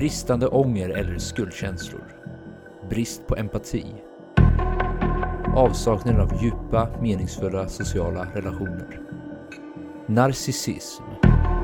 Bristande ånger eller skuldkänslor. Brist på empati. Avsaknaden av djupa, meningsfulla sociala relationer. Narcissism.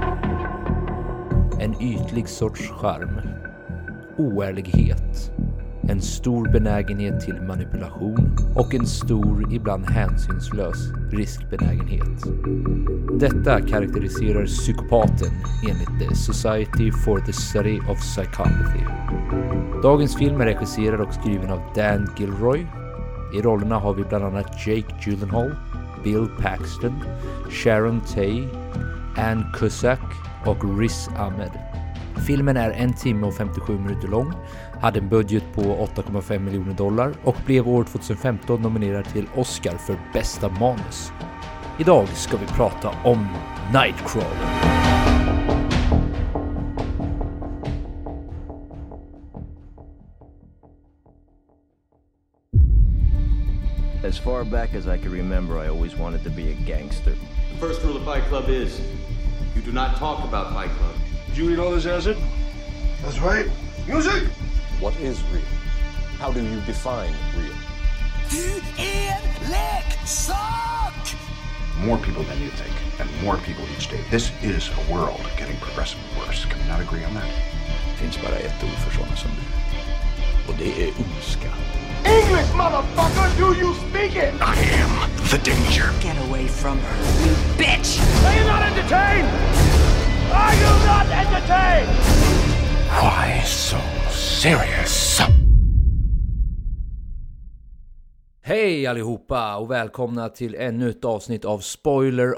En ytlig sorts charm. Oärlighet. En stor benägenhet till manipulation och en stor, ibland hänsynslös riskbenägenhet. Detta karaktäriserar psykopaten enligt The Society for the Study of Psychopathy. Dagens film är regisserad och skriven av Dan Gilroy. I rollerna har vi bland annat Jake Gyllenhaal, Bill Paxton, Sharon Tate, Ann Cusack och Riz Ahmed. Filmen är 1 timme och 57 minuter lång, hade en budget på $8,5 miljoner och blev år 2015 nominerad till Oscar för bästa manus. Idag ska vi prata om Nightcrawler. As far back as I can remember, I always wanted to be a gangster. The first rule of Fight Club is, you do not talk about Fight Club. Did you eat all this acid? That's right. Music! What is real? How do you define real? More people than you think, and more people each day. This is a world getting progressively worse. Can we not agree on that? Det finns bara ett ord för sådana som du. Och det är ondska. English, motherfucker! Do you speak it? I am the danger. Get away from her, you bitch! Are you not entertained? Are you not entertained? Why so serious? Hej allihopa och välkomna till ännu ett avsnitt av Spoiler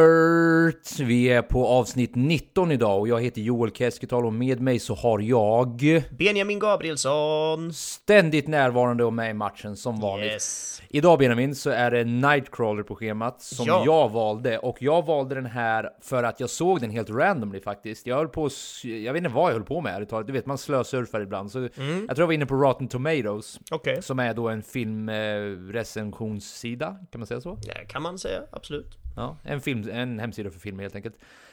Alert. Vi är på avsnitt 19 idag och jag heter Joel Keskitalo och med mig så har jag Benjamin Gabrielsson. Ständigt närvarande och med i matchen som vanligt. Yes. Idag Benjamin så är det Nightcrawler på schemat som jag valde. Och jag valde den här för att jag såg den helt randomly faktiskt. Jag vet inte vad jag höll på med. Du vet, man slösurfar ibland. Så jag tror jag var inne på Rotten Tomatoes. Okay. Som är då en filmrecensionssida, kan man säga så? Ja, kan man säga, absolut. Ja, en hemsida för filmer helt enkelt.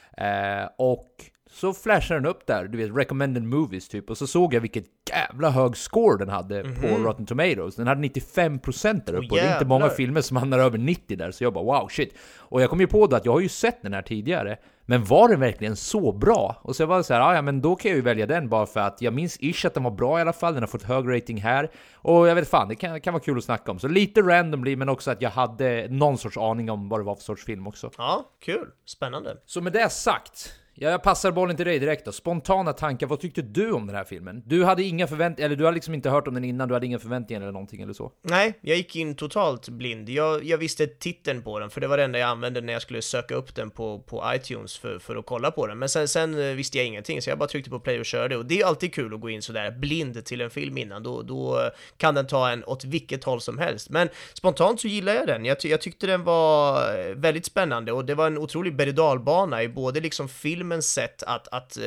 Och så flashar den upp där, du vet, recommended movies typ. Och så såg jag vilket jävla hög score den hade på Rotten Tomatoes. Den hade 95% där uppe. Och det är inte många filmer som hamnar över 90 där. Så jag bara, wow, shit. Och jag kom ju på då att jag har ju sett den här tidigare. Men var den verkligen så bra? Och så jag var så här, ja men då kan jag ju välja den bara för att jag minns att den var bra i alla fall. Den har fått hög rating här. Och jag vet fan, det kan vara kul att snacka om. Så lite randomly, men också att jag hade någon sorts aning om vad det var för sorts film också. Ja, kul. Spännande. Så med det sagt, jag passar bollen till dig direkt då. Spontana tankar, vad tyckte du om den här filmen? Du hade inga förväntningar, eller du har liksom inte hört om den innan, du hade inga förväntningar eller någonting eller så? Nej, jag gick in totalt blind. Jag visste titeln på den, för det var det enda jag använde när jag skulle söka upp den på iTunes för att kolla på den. Men sen visste jag ingenting, så jag bara tryckte på play och körde. Och det är alltid kul att gå in sådär blind till en film innan. Då kan den ta en åt vilket håll som helst. Men spontant så gillar jag den. Jag tyckte den var väldigt spännande, och det var en otrolig berg- och dalbana i både liksom filmens sätt att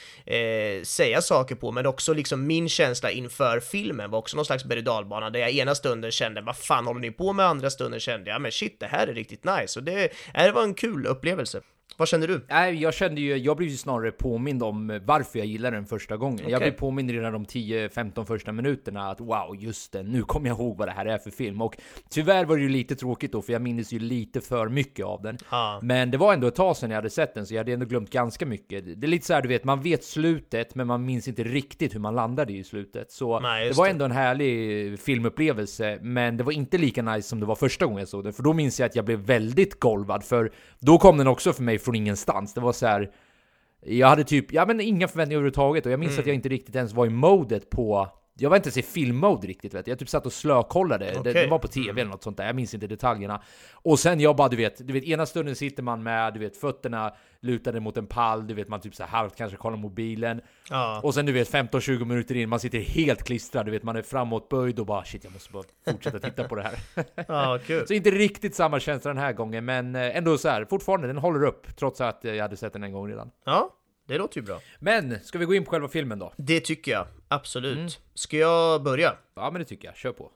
säga saker på, men också liksom min känsla inför filmen var också någon slags berg- och dalbana där jag ena stunden kände, vad fan håller ni på med? Andra stunden kände jag, men shit, det här är riktigt nice. Och det var en kul upplevelse. Vad kände du? Nej, jag blev ju snarare påmind om varför jag gillade den första gången. Okay. Jag blev påmind redan de 10-15 första minuterna att wow, just det, nu kommer jag ihåg vad det här är för film. Och tyvärr var det ju lite tråkigt då, för jag minns ju lite för mycket av den. Men det var ändå ett tag sedan jag hade sett den, så jag hade ändå glömt ganska mycket. Det är lite så här, du vet, man vet slutet, men man minns inte riktigt hur man landade i slutet. Så det var ändå en härlig filmupplevelse, men det var inte lika nice som det var första gången jag såg den. För då minns jag att jag blev väldigt golvad, för då kom den också för mig från ingenstans. Det var så här, jag hade typ, inga förväntningar överhuvudtaget, och jag minns att jag inte riktigt ens var i modet på, jag var inte ens i filmmode riktigt, vet jag typ satt och slökollade. Det var på tv eller något sånt där, jag minns inte detaljerna. Och sen jag bara, du vet, ena stunden sitter man med, du vet, fötterna lutade mot en pall, du vet, man typ så här halvt kanske kollar mobilen. Och sen, du vet, 15-20 minuter in, man sitter helt klistrad, du vet, man är framåtböjd och bara, shit, jag måste bara fortsätta titta på det här. Cool. Så inte riktigt samma känsla den här gången, men ändå så här, fortfarande, den håller upp, trots att jag hade sett den en gång redan. Ja, det låter ju bra. Men, ska vi gå in på själva filmen då? Det tycker jag, absolut. Ska jag börja? Ja, men det tycker jag, kör på. Ja.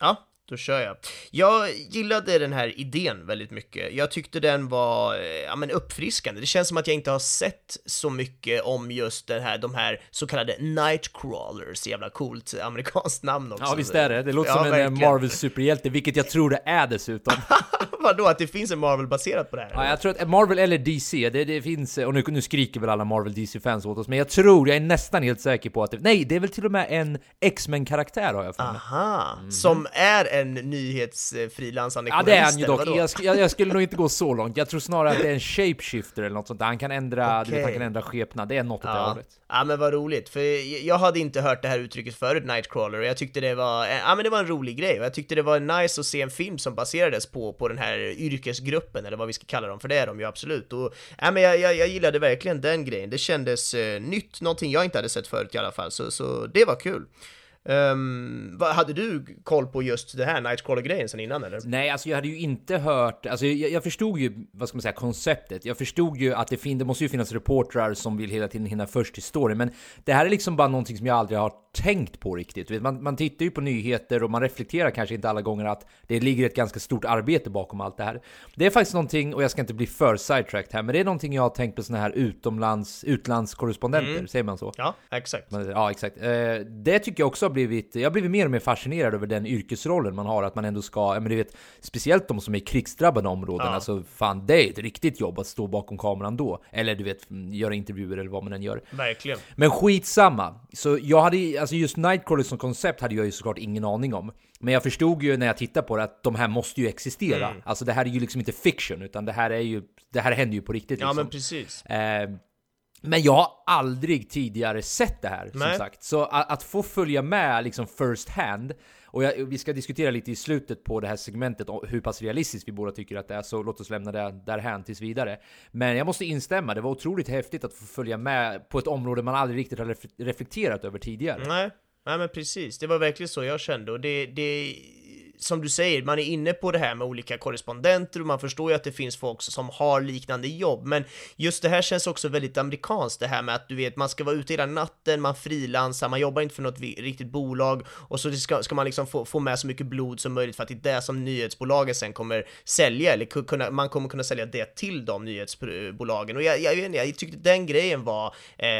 Då kör jag. Jag gillade den här idén väldigt mycket. Jag tyckte den var uppfriskande. Det känns som att jag inte har sett så mycket om just de här så kallade Nightcrawlers. Jävla coolt amerikanskt namn också. Ja, visst är det. Det låter som en Marvel-superhjälte, vilket jag tror det är dessutom. Vadå? Att det finns en Marvel-baserat på det här? Ja, jag tror att Marvel eller DC, det finns, och nu skriker väl alla Marvel-DC-fans åt oss, men jag är nästan helt säker på att det är väl till och med en X-Men-karaktär har jag för mig. Aha, som är en nyhetsfrilansande journalist. Ja, det är han ju dock. Jag skulle nog inte gå så långt. Jag tror snarare att det är en shapeshifter eller något sånt där. Han kan ändra, han kan ändra skepnad. Det är något åt det hållet. Ja, men vad roligt. För jag hade inte hört det här uttrycket förut, Nightcrawler, och jag tyckte det var, det var en rolig grej. Och jag tyckte det var nice att se en film som baserades på den här yrkesgruppen, eller vad vi ska kalla dem, för det är de ju absolut. Och jag gillade verkligen den grejen. Det kändes nytt, någonting jag inte hade sett förut i alla fall. Så det var kul. Hade du koll på just det här Nightcrawler-grejen sen innan, eller? Nej, alltså jag hade ju inte hört, alltså jag förstod ju, vad ska man säga, konceptet. Jag förstod ju att det måste ju finnas reportrar som vill hela tiden hinna först i storyn, men det här är liksom bara någonting som jag aldrig har tänkt på riktigt. Man tittar ju på nyheter och man reflekterar kanske inte alla gånger att det ligger ett ganska stort arbete bakom allt det här. Det är faktiskt någonting, och jag ska inte bli för sidetracked här, men det är någonting jag har tänkt på såna här utlandskorrespondenter, säger man så? Ja, exakt. Ja, exakt. Det tycker jag också har jag har blivit mer och mer fascinerad över den yrkesrollen man har, att man ändå ska, men du vet, speciellt de som är krigsdrabbade områden, alltså fan, det är ett riktigt jobb att stå bakom kameran då, eller du vet, göra intervjuer eller vad man än gör. Verkligen. Men skitsamma. Så jag hade, alltså just Nightcrawler som koncept hade jag ju såklart ingen aning om. Men jag förstod ju när jag tittade på det att de här måste ju existera. Alltså det här är ju liksom inte fiction, utan det här händer ju på riktigt liksom. Ja, men precis. Men jag har aldrig tidigare sett det här, som Nej. sagt. Så att få följa med liksom first hand, och vi ska diskutera lite i slutet på det här segmentet hur pass realistiskt vi båda tycker att det är, så låt oss lämna det därhän tills vidare. Men jag måste instämma, det var otroligt häftigt att få följa med på ett område man aldrig riktigt har reflekterat över tidigare. Nej, men precis. Det var verkligen så jag kände, och det som du säger, man är inne på det här med olika korrespondenter och man förstår ju att det finns folk som har liknande jobb, men just det här känns också väldigt amerikanskt, det här med att du vet, man ska vara ute hela natten, man frilansar, man jobbar inte för något riktigt bolag, och så ska man liksom få med så mycket blod som möjligt för att det är det som nyhetsbolagen sen kommer sälja, eller man kommer kunna sälja det till de nyhetsbolagen, och jag tyckte den grejen var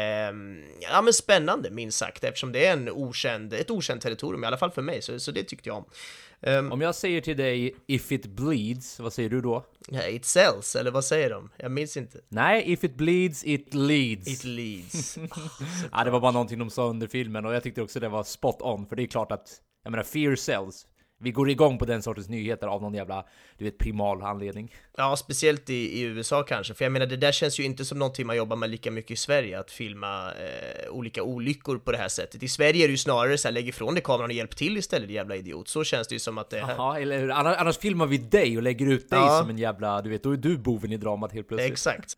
men spännande minst sagt, eftersom det är ett okänt territorium, i alla fall för mig, så det tyckte jag om. Om jag säger till dig if it bleeds, vad säger du då? Ja, it sells, eller vad säger de? Jag minns inte. Nej, if it bleeds, it leads. It leads. Ja, det var bara någonting de sa under filmen, och jag tyckte också det var spot on, för det är klart att, jag menar, fear sells. Vi går igång på den sortens nyheter av någon jävla, du vet, primal anledning. Ja, speciellt i USA kanske. För jag menar, det där känns ju inte som någonting man jobbar med lika mycket i Sverige, att filma olika olyckor på det här sättet. I Sverige är det ju snarare så här, lägg ifrån dig kameran och hjälp till istället, jävla idiot. Så känns det ju som att det är här. Ja, eller hur? Annars filmar vi dig och lägger ut dig som en jävla, du vet, då är du boven i dramat helt plötsligt. Exakt.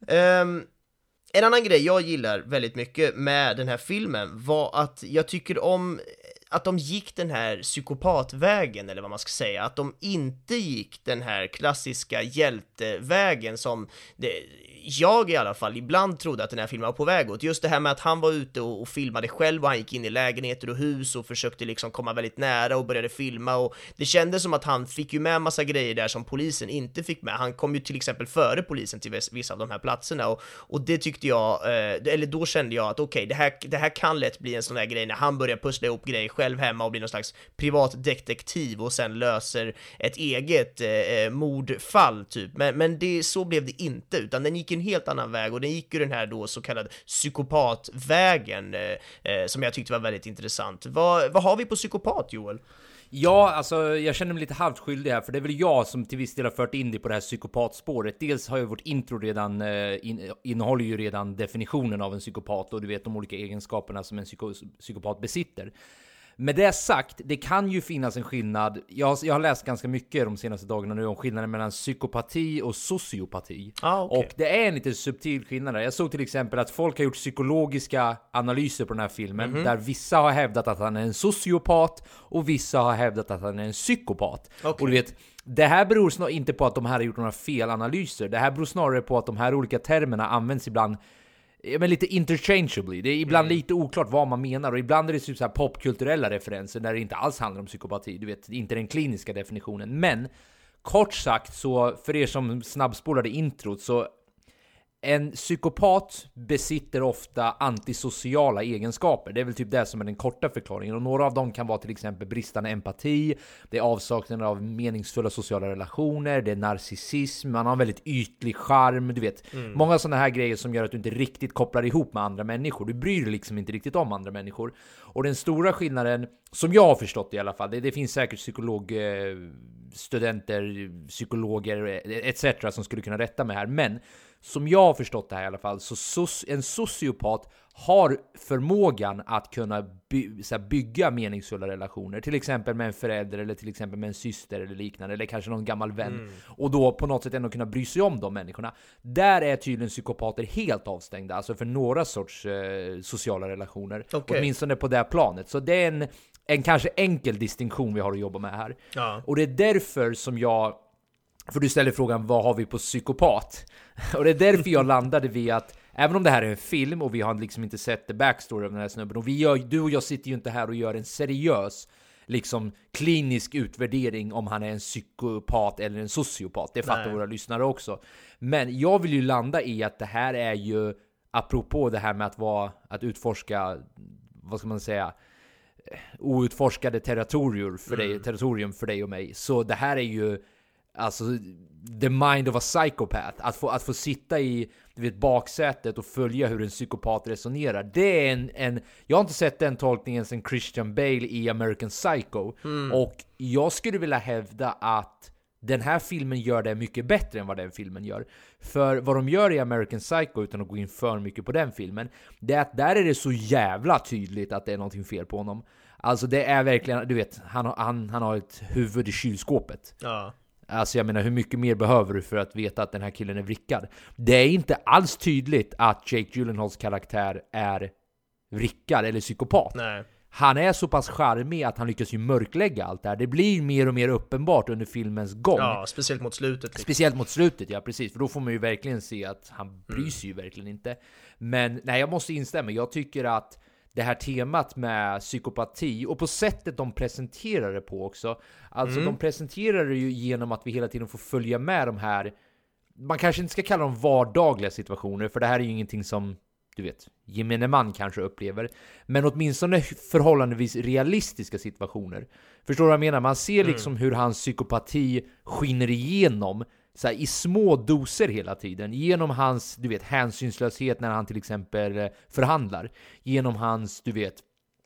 En annan grej jag gillar väldigt mycket med den här filmen var att jag tycker om att de gick den här psykopatvägen, eller vad man ska säga, att de inte gick den här klassiska hjältevägen som jag i alla fall ibland trodde att den här filmen var på väg åt. Just det här med att han var ute och filmade själv, och han gick in i lägenheter och hus och försökte liksom komma väldigt nära och började filma, och det kändes som att han fick ju med massa grejer där som polisen inte fick med. Han kom ju till exempel före polisen till vissa av de här platserna, och det tyckte jag, eller då kände jag att okej, det här kan lätt bli en sån där grej när han börjar pussla ihop grejer själv hemma och blir någon slags privatdetektiv och sen löser ett eget mordfall typ, men så blev det inte, utan den gick en helt annan väg, och den gick ju den här då så kallad psykopatvägen som jag tyckte var väldigt intressant. Vad har vi på psykopat, Joel? Ja, alltså jag känner mig lite halvt skyldig här, för det är väl jag som till viss del har fört in det på det här psykopatspåret. Dels har ju vårt intro redan innehåller ju redan definitionen av en psykopat, och du vet de olika egenskaperna som en psykopat besitter. Med det sagt, det kan ju finnas en skillnad. Jag har läst ganska mycket de senaste dagarna nu om skillnaden mellan psykopati och sociopati. Okay. Och det är en lite subtil skillnad där. Jag såg till exempel att folk har gjort psykologiska analyser på den här filmen, där vissa har hävdat att han är en sociopat och vissa har hävdat att han är en psykopat. Okay. Och du vet, det här beror snarare inte på att de här har gjort några felanalyser. Det här beror snarare på att de här olika termerna används ibland men lite interchangeably. Det är ibland lite oklart vad man menar, och ibland är det typ så här popkulturella referenser där det inte alls handlar om psykopati. Du vet, inte den kliniska definitionen. Men kort sagt, så för er som snabbspolade introt, så en psykopat besitter ofta antisociala egenskaper. Det är väl typ det som är den korta förklaringen. Och några av dem kan vara till exempel bristande empati, det är avsaknaden av meningsfulla sociala relationer, det är narcissism, man har en väldigt ytlig charm, du vet. Många sådana här grejer som gör att du inte riktigt kopplar ihop med andra människor. Du bryr dig liksom inte riktigt om andra människor. Och den stora skillnaden, som jag har förstått i alla fall, det finns säkert studenter, psykologer etc. som skulle kunna rätta mig här, men som jag har förstått det här i alla fall, så en sociopat har förmågan att kunna bygga meningsfulla relationer, till exempel med en förälder eller till exempel med en syster eller liknande, eller kanske någon gammal vän, och då på något sätt ändå kunna bry sig om de människorna. Där är tydligen psykopater helt avstängda, alltså för några sorts sociala relationer, åtminstone på det här planet. Så det är en kanske enkel distinktion vi har att jobba med här. Och det är därför som för du ställer frågan, vad har vi på psykopat? Och det är därför jag landade vid att även om det här är en film och vi har liksom inte sett the backstory av den här snubben, och du och jag sitter ju inte här och gör en seriös liksom klinisk utvärdering om han är en psykopat eller en sociopat. Det fattar våra lyssnare också. Men jag vill ju landa i att det här är ju, apropå det här med att utforska, vad ska man säga, outforskade territorium för dig och mig. Så det här är ju alltså the mind of a psychopath. Att få sitta i baksätet och följa hur en psykopat resonerar. Det är jag har inte sett den tolkningen sen Christian Bale i American Psycho. Och jag skulle vilja hävda att den här filmen gör det mycket bättre än vad den filmen gör. För vad de gör i American Psycho, utan att gå in för mycket på den filmen, det är att där är det så jävla tydligt att det är någonting fel på honom. Alltså det är verkligen, du vet, han har ett huvud i kylskåpet. Ja. Alltså jag menar, hur mycket mer behöver du för att veta att den här killen är vrickad? Det är inte alls tydligt att Jake Gyllenhaals karaktär är vrickad eller psykopat. Nej. Han är så pass charmig att han lyckas ju mörklägga allt det här. Det blir mer och mer uppenbart under filmens gång. Ja, speciellt mot slutet. Liksom. Speciellt mot slutet, ja precis. För då får man ju verkligen se att han bryr sig ju verkligen inte. Men nej, jag måste instämma. Jag tycker att det här temat med psykopati, och på sättet de presenterar det på också. Alltså de presenterar det ju genom att vi hela tiden får följa med de här, man kanske inte ska kalla dem vardagliga situationer, för det här är ju ingenting som, du vet, gemene man kanske upplever, men åtminstone förhållandevis realistiska situationer. Förstår du vad jag menar? Man ser liksom hur hans psykopati skiner igenom så här, i små doser hela tiden, genom hans, du vet, hänsynslöshet när han till exempel förhandlar, genom hans, du vet,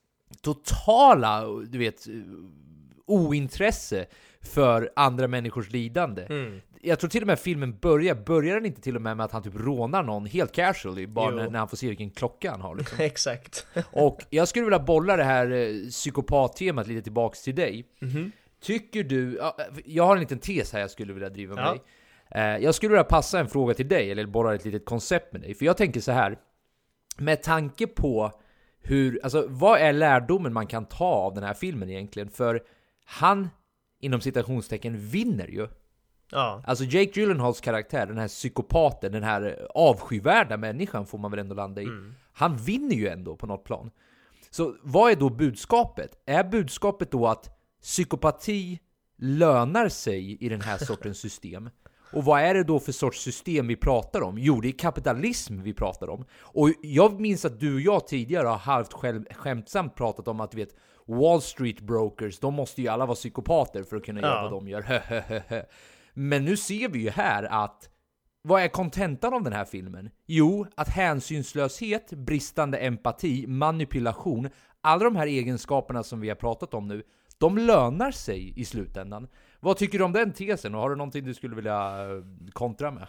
totala, du vet, ointresse för andra människors lidande. Jag tror till och med filmen börjar den inte till och med att han typ rånar någon helt casually, bara när han får se vilken klocka han har liksom. Exakt. Och jag skulle vilja bolla det här psykopattemat lite tillbaks till dig. Tycker du, jag har en liten tes här jag skulle vilja driva med dig. Jag skulle vilja passa en fråga till dig, eller bara ett litet koncept med dig. För jag tänker så här, med tanke på hur, alltså vad är lärdomen man kan ta av den här filmen egentligen? För han, inom citationstecken, vinner ju. Ja. Alltså Jake Gyllenhaals karaktär, den här psykopaten, den här avskyvärda människan får man väl ändå landa i. Han vinner ju ändå på något plan. Så vad är då budskapet? Är budskapet då att psykopati lönar sig i den här sortens system? Och vad är det då för sorts system vi pratar om? Jo, det är kapitalism vi pratar om. Och jag minns att du och jag tidigare har halvt skämtsamt pratat om att, du vet, Wall Street brokers, de måste ju alla vara psykopater för att kunna göra vad de gör. Men nu ser vi ju här att, vad är kontentan av den här filmen? Jo, att hänsynslöshet, bristande empati, manipulation, alla de här egenskaperna som vi har pratat om nu, de lönar sig i slutändan. Vad tycker du om den tesen? Och har du någonting du skulle vilja kontra med?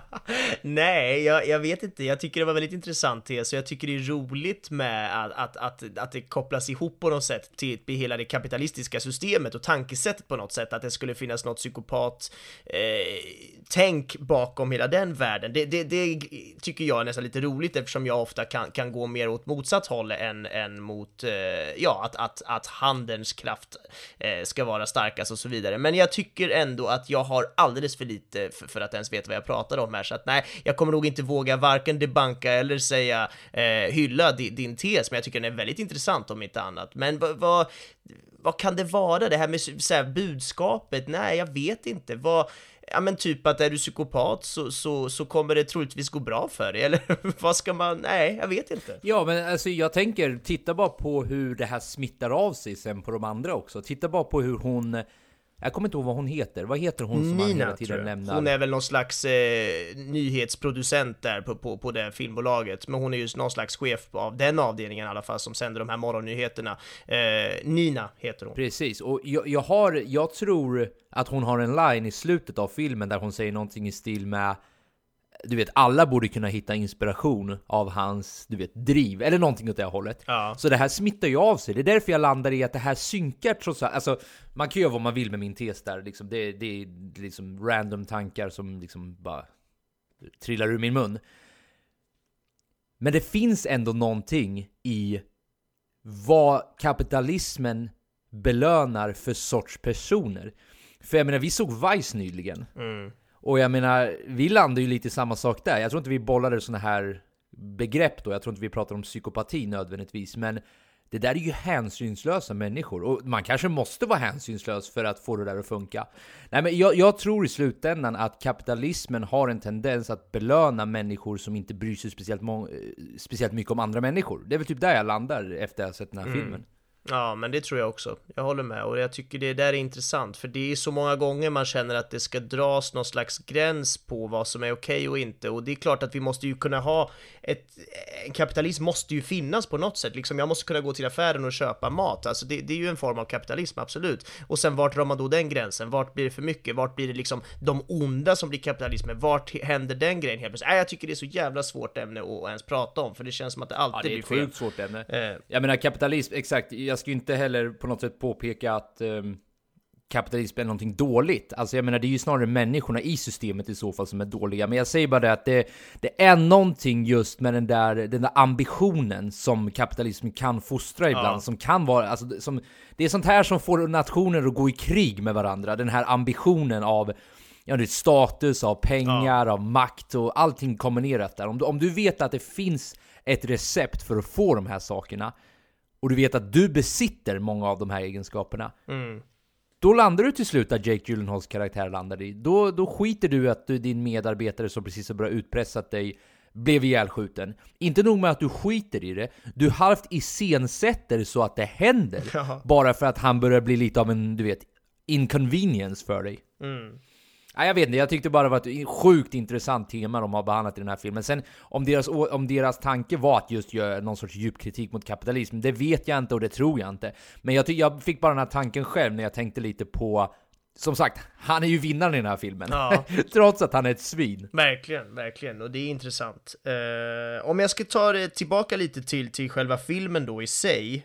Nej, jag vet inte. Jag tycker det var väldigt intressant tes. Och jag tycker det är roligt med att det kopplas ihop på något sätt till hela det kapitalistiska systemet och tankesättet på något sätt. Att det skulle finnas något psykopat tänk bakom hela den världen. Det tycker jag är nästan lite roligt, eftersom jag ofta kan gå mer åt motsatt håll än mot att handelns kraft ska vara starkast och så vidare. Men jag tycker ändå att jag har alldeles för lite för att ens veta vad jag pratar om här, så att nej, jag kommer nog inte våga varken debanka eller säga hylla din tes, men jag tycker den är väldigt intressant om inte annat. Men vad kan det vara, det här med så här, budskapet? Nej, jag vet inte. Ja, men typ att är du psykopat så kommer det troligtvis gå bra för dig, eller vad ska man... Nej, jag vet inte. Ja, men alltså jag tänker, titta bara på hur det här smittar av sig sen på de andra också. Titta bara på hur hon... Jag kommer inte ihåg vad hon heter. Vad heter hon som Nina, hela tiden nämner? Hon är väl någon slags nyhetsproducent där på det filmbolaget. Men hon är just någon slags chef av den avdelningen i alla fall, som sänder de här morgonnyheterna. Nina heter hon. Precis, och jag tror att hon har en line i slutet av filmen där hon säger någonting i stil med, du vet, alla borde kunna hitta inspiration av hans, du vet, driv eller någonting åt det hållet. Ja. Så det här smittar ju av sig. Det är därför jag landar i att det här synkar trots allt. Alltså, man kan göra vad man vill med min tes där. Liksom, det är liksom random tankar som liksom bara trillar ur min mun. Men det finns ändå någonting i vad kapitalismen belönar för sorts personer. För jag menar, vi såg Vice nyligen. Och jag menar, vi landar ju lite i samma sak där. Jag tror inte vi bollade såna här begrepp då. Jag tror inte vi pratar om psykopati nödvändigtvis. Men det där är ju hänsynslösa människor. Och man kanske måste vara hänsynslös för att få det där att funka. Nej, men jag tror i slutändan att kapitalismen har en tendens att belöna människor som inte bryr sig speciellt mycket om andra människor. Det är väl typ där jag landar efter att ha sett den här filmen. Ja, men det tror jag också. Jag håller med, och jag tycker det där är intressant, för det är så många gånger man känner att det ska dras någon slags gräns på vad som är okej och inte, och det är klart att vi måste ju kunna ha en kapitalism måste ju finnas på något sätt, liksom jag måste kunna gå till affären och köpa mat, alltså det är ju en form av kapitalism, absolut. Och sen vart drar man då den gränsen? Vart blir det för mycket? Vart blir det liksom de onda som blir kapitalismen? Vart händer den grejen helt plötsligt? Jag tycker det är så jävla svårt ämne att ens prata om, för det känns som att det alltid blir fel. Det är ett sjukt svårt ämne. Jag menar, kapitalism, exakt, jag ska ju inte heller på något sätt påpeka att kapitalism är någonting dåligt. Alltså jag menar, det är ju snarare människorna i systemet i så fall som är dåliga. Men jag säger bara det att det är någonting just med den där ambitionen som kapitalism kan fostra ibland, som kan vara, alltså, det är sånt här som får nationer att gå i krig med varandra. Den här ambitionen av status, av pengar, av makt och allting kombinerat där. Om du vet att det finns ett recept för att få de här sakerna, och du vet att du besitter många av de här egenskaperna, då landar du till slut där Jake Gyllenhaals karaktär landar i. Då skiter du att din medarbetare som precis har börjat utpressat dig blev ihjälskjuten. Inte nog med att du skiter i det, du halvt iscensätter så att det händer. Bara för att han börjar bli lite av en, du vet, inconvenience för dig. Nej, jag vet inte, jag tyckte bara det var ett sjukt intressant tema de har behandlat i den här filmen. Sen om deras tanke var att just göra någon sorts djup kritik mot kapitalism, det vet jag inte och det tror jag inte. Men jag fick bara den här tanken själv när jag tänkte lite på, som sagt, han är ju vinnaren i den här filmen. Trots att han är ett svin. Verkligen, verkligen. Och det är intressant. Om jag ska ta det tillbaka lite till själva filmen då i sig.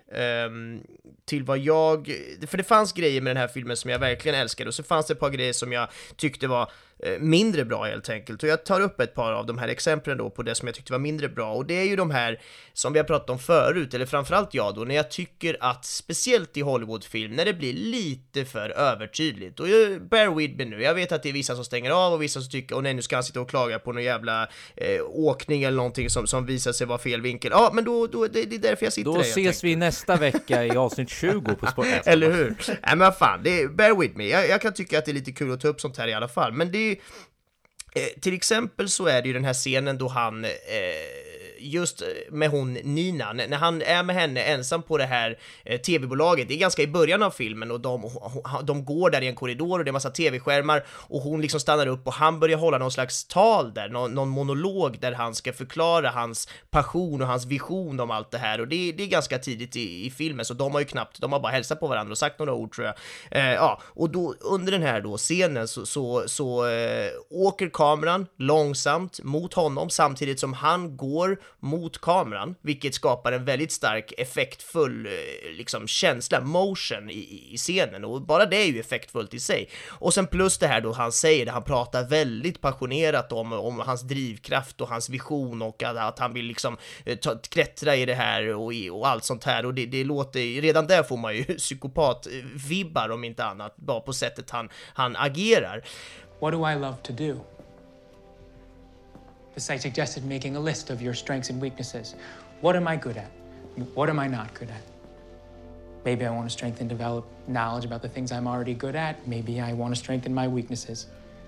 Till vad för det fanns grejer med den här filmen som jag verkligen älskade. Och så fanns det ett par grejer som jag tyckte var mindre bra helt enkelt. Och jag tar upp ett par av de här exemplen då på det som jag tyckte var mindre bra. Och det är ju de här som vi har pratat om förut, eller framförallt jag då, när jag tycker att speciellt i Hollywoodfilm, när det blir lite för övertydligt. Och bear with me nu, jag vet att det är vissa som stänger av och vissa som tycker, nej, nu ska han sitta och klaga på någon jävla åkning eller någonting som visar sig vara fel vinkel. Ja, men då det är därför jag sitter då där. Då ses vi nästa vecka i avsnitt 20 på Sport. Eller hur? Nej, men fan, bear with me. Jag kan tycka att det är lite kul att ta upp sånt här i alla fall, men det är till exempel så är det ju den här scenen då han just med hon Nina, när han är med henne ensam på det här tv-bolaget, det är ganska i början av filmen, och de går där i en korridor och det är massa tv-skärmar och hon liksom stannar upp och han börjar hålla någon slags tal där, någon monolog där han ska förklara hans passion och hans vision om allt det här, och det är ganska tidigt i filmen, så de har bara hälsat på varandra och sagt några ord, tror jag. Och då under den här då scenen så åker kameran långsamt mot honom samtidigt som han går mot kameran, vilket skapar en väldigt stark effektfull liksom känsla, motion i scenen, och bara det är ju effektfullt i sig. Och sen plus det här då han säger det, han pratar väldigt passionerat om hans drivkraft och hans vision och att han vill liksom klättra i det här och allt sånt här, och det låter, redan där får man ju psykopat-vibbar om inte annat, bara på sättet han agerar. What do I love to do? The site suggested making a list of your strengths and weaknesses. What am I good at? What am I not good at? Maybe I want to strengthen and develop knowledge about the things I'm already good at. Maybe I want to strengthen my weaknesses.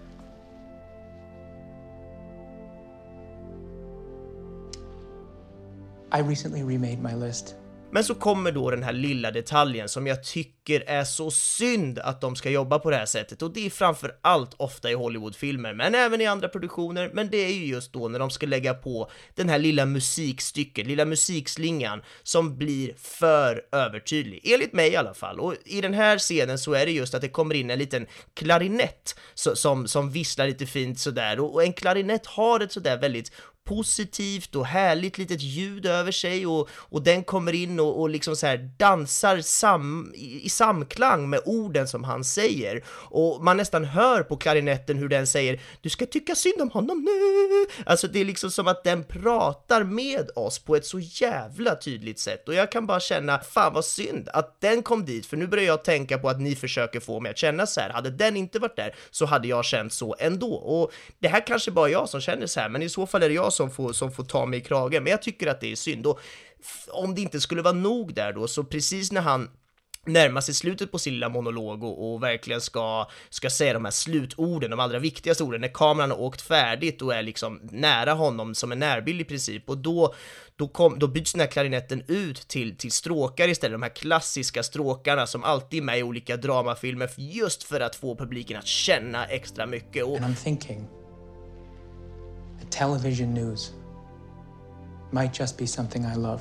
I recently remade my list. Men så kommer då den här lilla detaljen som jag tycker är så synd att de ska jobba på det här sättet, och det är framför allt ofta i Hollywoodfilmer, men även i andra produktioner, men det är ju just då när de ska lägga på den här lilla musikstycket, lilla musikslingan som blir för övertydlig, enligt mig i alla fall. Och i den här scenen så är det just att det kommer in en liten klarinett som visslar lite fint sådär, och en klarinett har ett sådär väldigt positivt och härligt litet ljud över sig, och den kommer in och liksom så här dansar i samklang med orden som han säger, och man nästan hör på klarinetten hur den säger du ska tycka synd om honom nu. Alltså det är liksom som att den pratar med oss på ett så jävla tydligt sätt, och jag kan bara känna fan vad synd att den kom dit, för nu börjar jag tänka på att ni försöker få mig att känna så här. Hade den inte varit där så hade jag känt så ändå, och det här kanske bara jag som känner så här, men i så fall är det jag som får ta mig i kragen, men jag tycker att det är synd. Och om det inte skulle vara nog där då, så precis när han närmar sig slutet på sin lilla monolog och verkligen ska säga de här slutorden, de allra viktigaste orden, när kameran har åkt färdigt och är liksom nära honom som en närbild i princip, och då byts den här klarinetten ut till stråkar istället, de här klassiska stråkarna som alltid är med i olika dramafilmer just för att få publiken att känna extra mycket. Och And I'm thinking television news might just be something I love,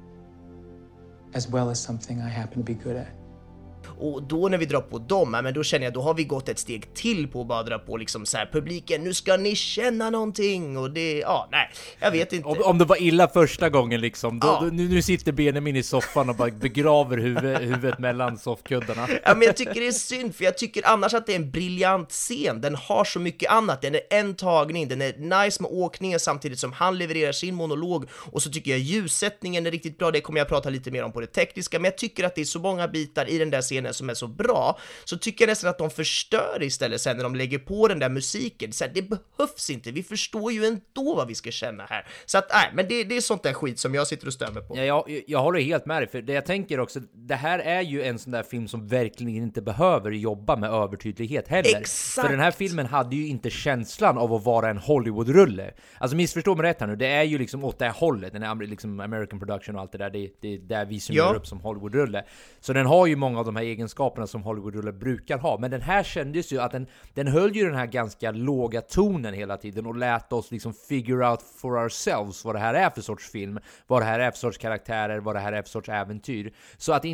as well as something I happen to be good at. Och då när vi drar på dem, men då känner jag då har vi gått ett steg till på att bara dra på liksom så här publiken, nu ska ni känna någonting, och det, nej, jag vet inte. Om det var illa första gången liksom, nu sitter Benjamin i soffan och bara begraver huvudet mellan soffkuddarna. Ja, men jag tycker det är synd, för jag tycker annars att det är en briljant scen, den har så mycket annat, den är en tagning, den är nice med åkningen samtidigt som han levererar sin monolog, och så tycker jag ljussättningen är riktigt bra, det kommer jag prata lite mer om på det tekniska, men jag tycker att det är så många bitar i den där scenen som är så bra, så tycker jag nästan att de förstör istället sen när de lägger på den där musiken. Så här, det behövs inte, vi förstår ju ändå vad vi ska känna här. Så att, men det är sånt där skit som jag sitter och stämmer på. Ja, jag håller helt med dig, för det jag tänker också, det här är ju en sån där film som verkligen inte behöver jobba med övertydlighet heller. Exakt. För den här filmen hade ju inte känslan av att vara en Hollywood-rulle. Alltså missförstå mig rätt här nu, det är ju liksom åt det här hållet, den är liksom American production och allt det där, det är där vi summerar upp som Hollywood-rulle. Så den har ju många av de här egenskaperna som Hollywood-rullar brukar ha, men den här kändes ju att den höll ju den här ganska låga tonen hela tiden och lät oss liksom figure out for ourselves vad det här är för sorts film, vad det här är för sorts karaktärer, vad det här är för sorts äventyr. Så att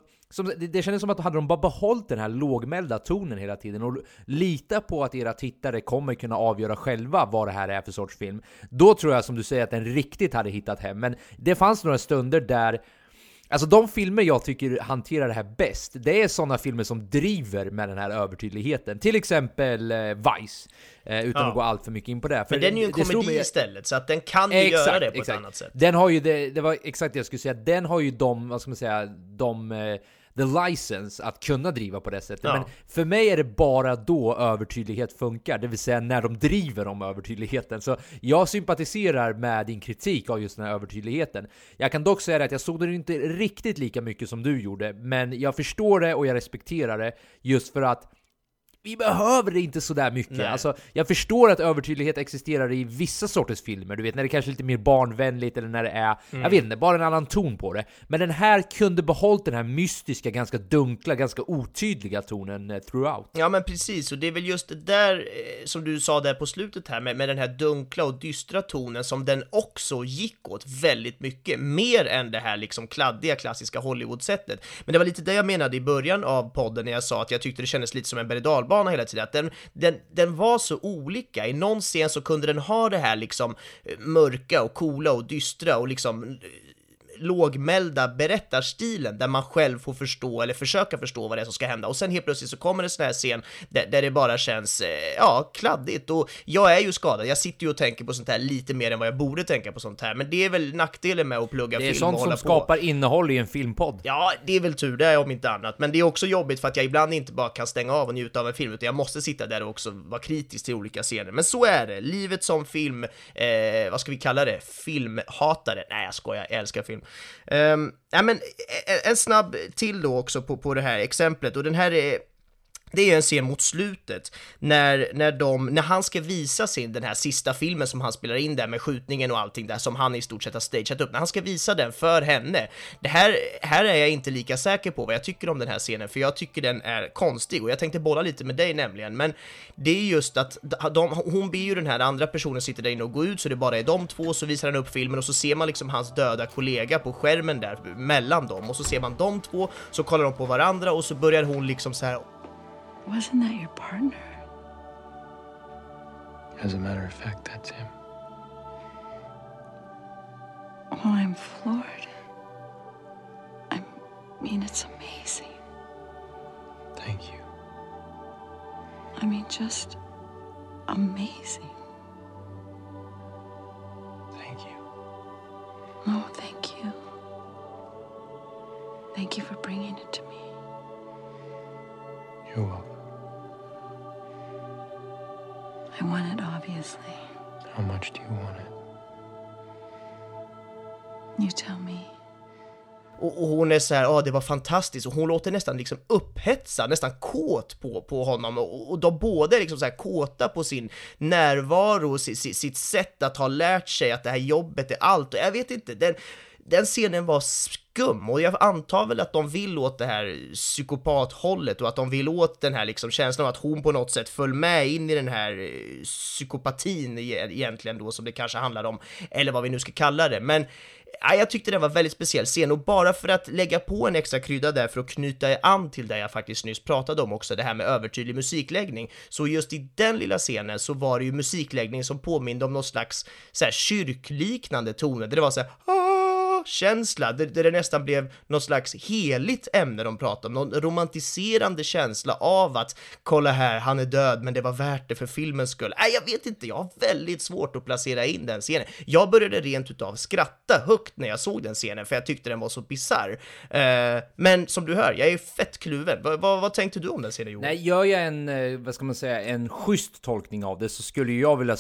det kändes som att hade de bara behållit den här lågmälda tonen hela tiden och lita på att era tittare kommer kunna avgöra själva vad det här är för sorts film, då tror jag som du säger att den riktigt hade hittat hem. Men det fanns några stunder där, alltså de filmer jag tycker hanterar det här bäst, det är sådana filmer som driver med den här övertydligheten. Till exempel Vice, utan att gå allt för mycket in på det. För men den är ju en komedi istället, så att den kan ju göra det på ett annat sätt. Den har ju det var exakt det jag skulle säga, den har ju vad ska man säga, the license att kunna driva på det sättet. Men för mig är det bara då övertydlighet funkar, det vill säga när de driver om övertydligheten. Så jag sympatiserar med din kritik av just den här övertydligheten. Jag kan dock säga att jag såg det inte riktigt lika mycket som du gjorde, men jag förstår det och jag respekterar det, just för att vi behöver det inte så där mycket. Alltså, jag förstår att övertydlighet existerar i vissa sorters filmer. Du vet, när det kanske är lite mer barnvänligt eller när det är, jag vet inte, bara en annan ton på det. Men den här kunde behållit den här mystiska, ganska dunkla, ganska otydliga tonen throughout. Ja, men precis. Och det är väl just det där som du sa där på slutet här med den här dunkla och dystra tonen som den också gick åt väldigt mycket. Mer än det här liksom kladdiga, klassiska Hollywood-sättet. Men det var lite det jag menade i början av podden när jag sa att jag tyckte det kändes lite som en berg-och-dalbana bana hela tiden, att den var så olika. I någon scen så kunde den ha det här liksom mörka och coola och dystra och liksom lågmälda berättarstilen där man själv får förstå eller försöka förstå vad det är som ska hända, och sen helt plötsligt så kommer en sån här scen där det bara känns kladdigt, och jag är ju skadad, jag sitter ju och tänker på sånt här lite mer än vad jag borde tänka på sånt här, men det är väl nackdelen med att plugga film och hålla på. Det är sånt som skapar innehåll i en filmpodd. Ja, det är väl tur det, om inte annat, men det är också jobbigt för att jag ibland inte bara kan stänga av och njuta av en film, utan jag måste sitta där och också vara kritisk till olika scener, men så är det, livet som film, vad ska vi kalla det, filmhatare, nej jag skojar, jag älskar film. Men en snabb till då också på det här exemplet, och den här det är ju en scen mot slutet när han ska visa den här sista filmen som han spelar in där med skjutningen och allting där som han i stort sett har stageat upp, när han ska visa den för henne. Det här är jag inte lika säker på vad jag tycker om den här scenen, för jag tycker den är konstig, och jag tänkte bolla lite med dig nämligen, men det är just att hon ber ju den här andra personen sitter där inne och går ut, så det bara är de två, så visar han upp filmen och så ser man liksom hans döda kollega på skärmen där mellan dem, och så ser man de två, så kollar de på varandra och så börjar hon liksom så här. Wasn't that your partner? As a matter of fact, that's him. Oh, I'm floored. I mean, it's amazing. Thank you. I mean, just amazing. Thank you. Oh, thank you. Thank you for bringing it to me. You're welcome. I want it, obviously. How much do you want it? You tell me. Och hon är så här, det var fantastiskt, och hon låter nästan liksom upphetsad, nästan kåt på honom, och de båda är liksom så här kåta på sin närvaro och sitt sätt att ha lärt sig att det här jobbet är allt, och jag vet inte, den scenen var skum, och jag antar väl att de vill åt det här psykopathållet, och att de vill åt den här liksom känslan av att hon på något sätt föll med in i den här psykopatin egentligen då, som det kanske handlar om, eller vad vi nu ska kalla det, men jag tyckte det var väldigt speciell scen, och bara för att lägga på en extra krydda där för att knyta an till det jag faktiskt nyss pratade om också, det här med övertydlig musikläggning, så just i den lilla scenen så var det ju musikläggning som påminde om någon slags så här kyrkliknande toner, där det var så här känsla, där det nästan blev något slags heligt ämne de pratade om, någon romantiserande känsla av att kolla här, han är död, men det var värt det för filmens skull. Jag vet inte, jag har väldigt svårt att placera in den scenen. Jag började rent utav skratta högt när jag såg den scenen, för jag tyckte den var så bizarr. Men som du hör, jag är fett kluven. Vad tänkte du om den scenen, Johan? Nej, gör jag en schysst tolkning av det, så skulle jag vilja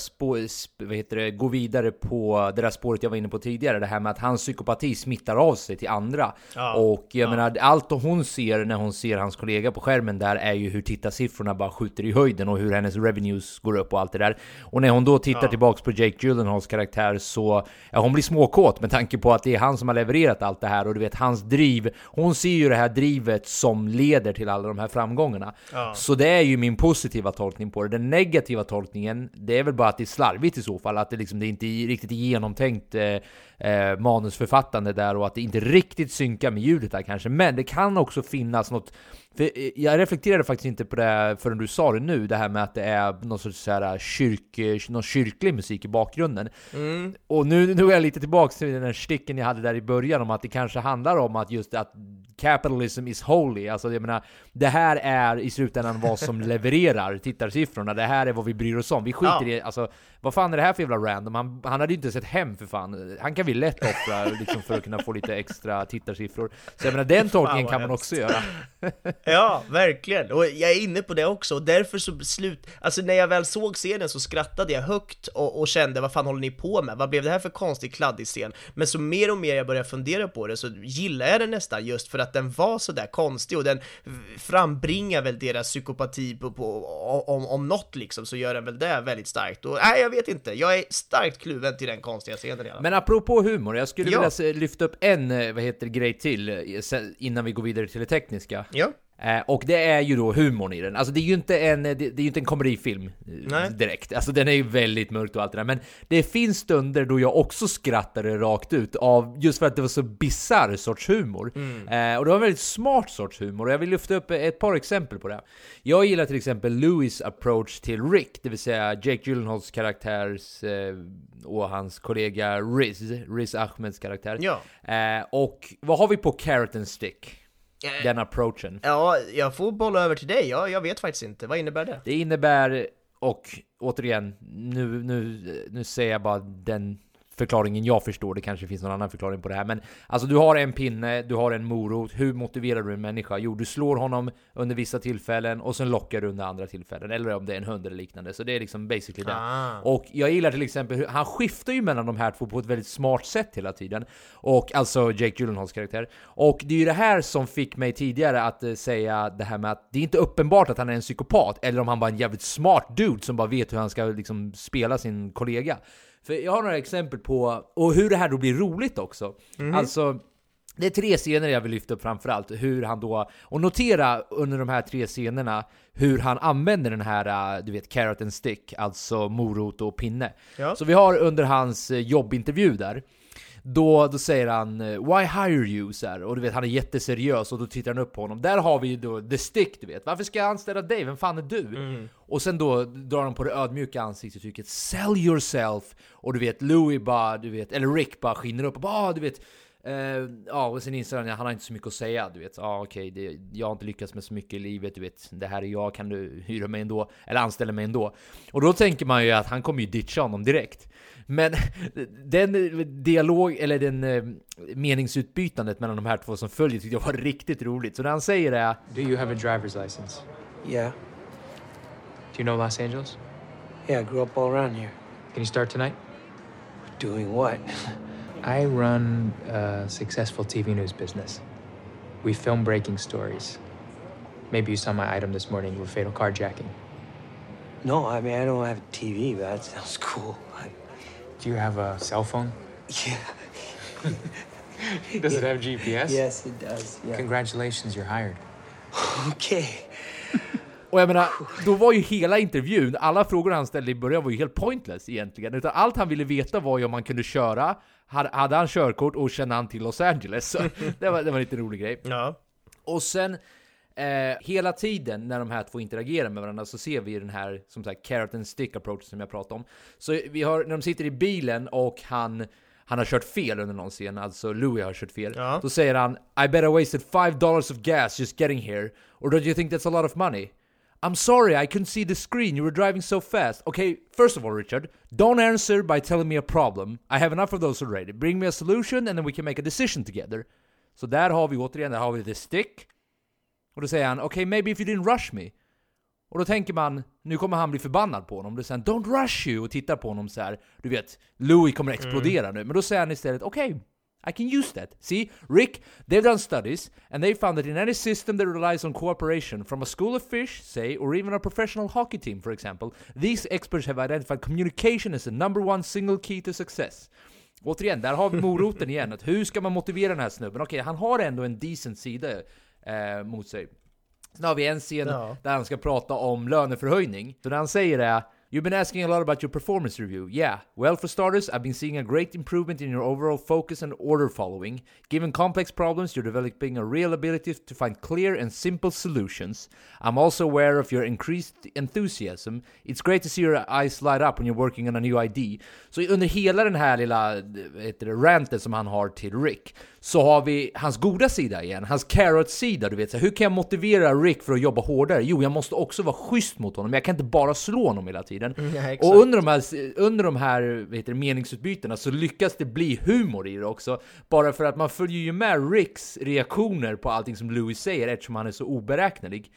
gå vidare på det där spåret jag var inne på tidigare, det här med att hans psykopati smittar av sig till andra. Och jag menar, allt hon ser när hon ser hans kollega på skärmen där är ju hur tittarsiffrorna bara skjuter i höjden och hur hennes revenues går upp och allt det där. Och när hon då tittar tillbaks på Jake Gyllenhaals karaktär, så hon blir småkåt med tanke på att det är han som har levererat allt det här, och du vet, hans driv, hon ser ju det här drivet som leder till alla de här framgångarna. Så det är ju min positiva tolkning på det. Den negativa tolkningen, det är väl bara att det är slarvigt i så fall, att det liksom, det inte riktigt är genomtänkt manusförfattande där, och att det inte riktigt synkar med ljudet där kanske, men det kan också finnas något, för jag reflekterade faktiskt inte på det förrän du sa det nu, det här med att det är någon sorts så här någon kyrklig musik i bakgrunden. Och nu är jag lite tillbaka till den här sticken jag hade där i början om att det kanske handlar om att just att capitalism is holy, alltså jag menar, det här är i slutändan vad som levererar tittarsiffrorna, det här är vad vi bryr oss om, vi skiter i, alltså vad fan är det här för jävla random, han hade ju inte sett hem för fan, han kan vi lätt offra liksom för att kunna få lite extra tittarsiffror, så jag menar, den tolkningen kan man också göra. Ja, verkligen, och jag är inne på det också, och därför så alltså när jag väl såg scenen så skrattade jag högt och kände, vad fan håller ni på med, vad blev det här för konstig kladdig scen, men så mer och mer jag började fundera på det, så gillar jag den nästan just för att den var så där konstig, och den frambringar väl deras psykopati om något liksom, så gör den väl det väldigt starkt, och jag vet inte, jag är starkt kluven till den konstiga scenen i alla fall. Men apropå humor, jag skulle vilja lyfta upp en grej till innan vi går vidare till det tekniska. Och det är ju då humorn i den. Alltså det är ju inte en komedifilm direkt. Alltså den är ju väldigt mörkt och allt det där. Men det finns stunder då jag också skrattade rakt ut av just för att det var så bizarr sorts humor. Och det var en väldigt smart sorts humor. Och jag vill lyfta upp ett par exempel på det. Jag gillar till exempel Louis approach till Rick, det vill säga Jake Gyllenhaals karaktärs och hans kollega Riz Ahmeds karaktär. Ja. Och vad har vi på Carrot and Stick? Den approachen. Ja, jag får bolla över till dig. Jag vet faktiskt inte. Vad innebär det? Det innebär, och återigen, nu säger jag bara den förklaringen jag förstår. Det kanske finns någon annan förklaring på det här. Men alltså du har en pinne, du har en morot. Hur motiverar du en människa? Jo, du slår honom under vissa tillfällen och sen lockar du under andra tillfällen. Eller om det är en hund eller liknande. Så det är liksom basically det. Och jag gillar till exempel hur han skiftar ju mellan de här två på ett väldigt smart sätt hela tiden. Och alltså Jake Gyllenhaals karaktär. Och det är ju det här som fick mig tidigare att säga det här med att det är inte uppenbart att han är en psykopat. Eller om han bara är en jävligt smart dude som bara vet hur han ska liksom spela sin kollega. För jag har några exempel på och hur det här då blir roligt också. Alltså, det är 3 scener jag vill lyfta upp framförallt. Hur han då, och notera under de här 3 scenerna hur han använder den här, du vet, carrot and stick, alltså morot och pinne. Ja. Så vi har under hans jobbintervju där. Då säger han why hire you, så här, och du vet han är jätteseriös och då tittar han upp på honom. Där har vi då the stick, du vet. Varför ska jag anställa dig? Vem fan är du? Och sen då drar han på det ödmjuka ansiktsuttrycket sell yourself, och du vet Louis bara, du vet, eller Rick bara skiner upp och bara, du vet, och sen inser han att han har inte så mycket att säga, du vet. Okej, jag har inte lyckats med så mycket i livet, du vet. Det här är jag, kan du hyra mig ändå eller anställa mig ändå? Och då tänker man ju att han kommer ju ditcha honom direkt. Men den dialog eller den meningsutbytandet mellan de här två som följer tyckte jag var riktigt roligt. Så när han säger det: Do you have a driver's license? Yeah. Do you know Los Angeles? Yeah, I grew up all around here. Can you start tonight? Doing what? I run a successful TV news business. We film breaking stories. Maybe you saw my item this morning with fatal carjacking. No, I mean, I don't have a TV, but that sounds cool. Do you have a cell phone? Yeah. Does it have GPS? Yes, it does. Yeah. Congratulations, you're hired. Okay. Och jag menar, då var ju hela intervjun, alla frågor han ställde i början var ju helt pointless egentligen. Utan allt han ville veta var ju om han kunde köra, hade han körkort och kände han till Los Angeles. Så det var en lite rolig grej. Ja. Och sen hela tiden när de här två interagerar med varandra så ser vi den här, som sagt, carrot and stick approach som jag pratade om. Så vi har, när de sitter i bilen och han har kört fel under någon scen, alltså Louis har kört fel. Ja. Då säger han, I bet I wasted $5 of gas just getting here. Or don't you think that's a lot of money? I'm sorry, I couldn't see the screen. You were driving so fast. Okay, first of all, Richard, don't answer by telling me a problem. I have enough of those already. Bring me a solution and then we can make a decision together. Så där har vi återigen, där har vi the stick. Och då säger han, okay, maybe if you didn't rush me. Och då tänker man, nu kommer han bli förbannad på honom. Då säger han, don't rush you, och tittar på honom så här. Du vet, Louis kommer explodera nu. Men då säger han istället, okay, I can use that. See, Rick, they've done studies, and they found that in any system that relies on cooperation, from a school of fish, say, or even a professional hockey team, for example, these experts have identified communication as the #1 single key to success. Återigen, där har vi moroten igen. Att hur ska man motivera den här snubben? Okej, han har ändå en decent sida mot sig. Sen har vi en scen där han ska prata om löneförhöjning. Så när han säger det, you've been asking a lot about your performance review. Yeah, well, for starters, I've been seeing a great improvement in your overall focus and order following. Given complex problems, you're developing a real ability to find clear and simple solutions. I'm also aware of your increased enthusiasm. It's great to see your eyes light up when you're working on a new ID. Så under hela den här lilla ranten som han har till Rick, så har vi hans goda sida igen, hans carrot-sida, du vet. Så hur kan jag motivera Rick för att jobba hårdare? Jo, jag måste också vara schysst mot honom. Jag kan inte bara slå honom hela tiden. Och under de här meningsutbytena så lyckas det bli humor i det också. Bara för att man följer ju med Ricks reaktioner på allting som Louis säger, eftersom han är så oberäknelig.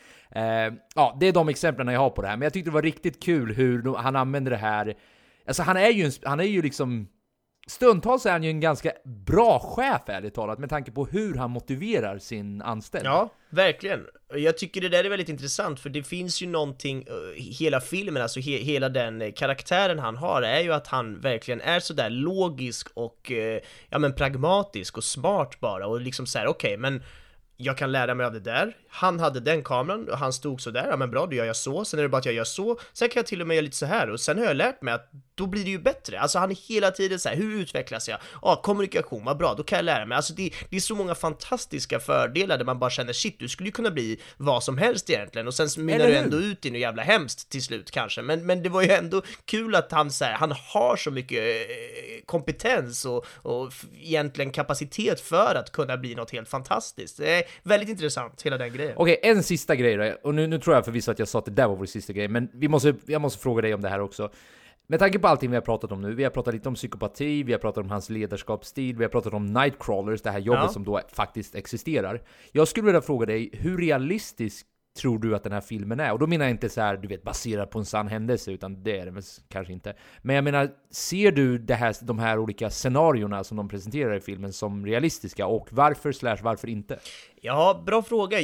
Ja, det är de exemplen jag har på det här. Men jag tyckte det var riktigt kul hur han använder det här. Alltså han är ju liksom, stundtals är han ju en ganska bra chef, ärligt talat, med tanke på hur han motiverar sin anställd. Ja, verkligen. Jag tycker det där är väldigt intressant, för det finns ju någonting, hela filmen, alltså hela den karaktären han har, är ju att han verkligen är så där logisk och pragmatisk och smart bara, och liksom så här, okej, men jag kan lära mig av det där. Han hade den kameran och han stod så där. Ja men bra, då gör jag så. Sen är det bara att jag gör så. Sen kan jag till och med göra lite så här. Och sen har jag lärt mig att då blir det ju bättre. Alltså han är hela tiden så här, hur utvecklas jag? Ja, kommunikation, vad bra, då kan jag lära mig. Alltså det är så många fantastiska fördelar där man bara känner, shit, du skulle ju kunna bli vad som helst egentligen. Och sen mynnar du ändå ut i något jävla hemskt till slut kanske. Men det var ju ändå kul att han så här, han har så mycket kompetens och egentligen kapacitet för att kunna bli något helt fantastiskt. Det är väldigt intressant, hela den grejen. Okej, en sista grej då. Och nu tror jag förvisso att jag sa att det där var vår sista grej, men jag måste fråga dig om det här också. Med tanke på allting vi har pratat om nu, vi har pratat lite om psykopati, vi har pratat om hans ledarskapsstil, vi har pratat om Nightcrawlers, det här jobbet som då faktiskt existerar. Jag skulle vilja fråga dig, hur realistisk tror du att den här filmen är? Och då menar jag inte så här, du vet, baserad på en sann händelse, utan det är det väl kanske inte. Men jag menar, ser du de här olika scenarierna som de presenterar i filmen som realistiska? Och varför inte? Ja, bra fråga.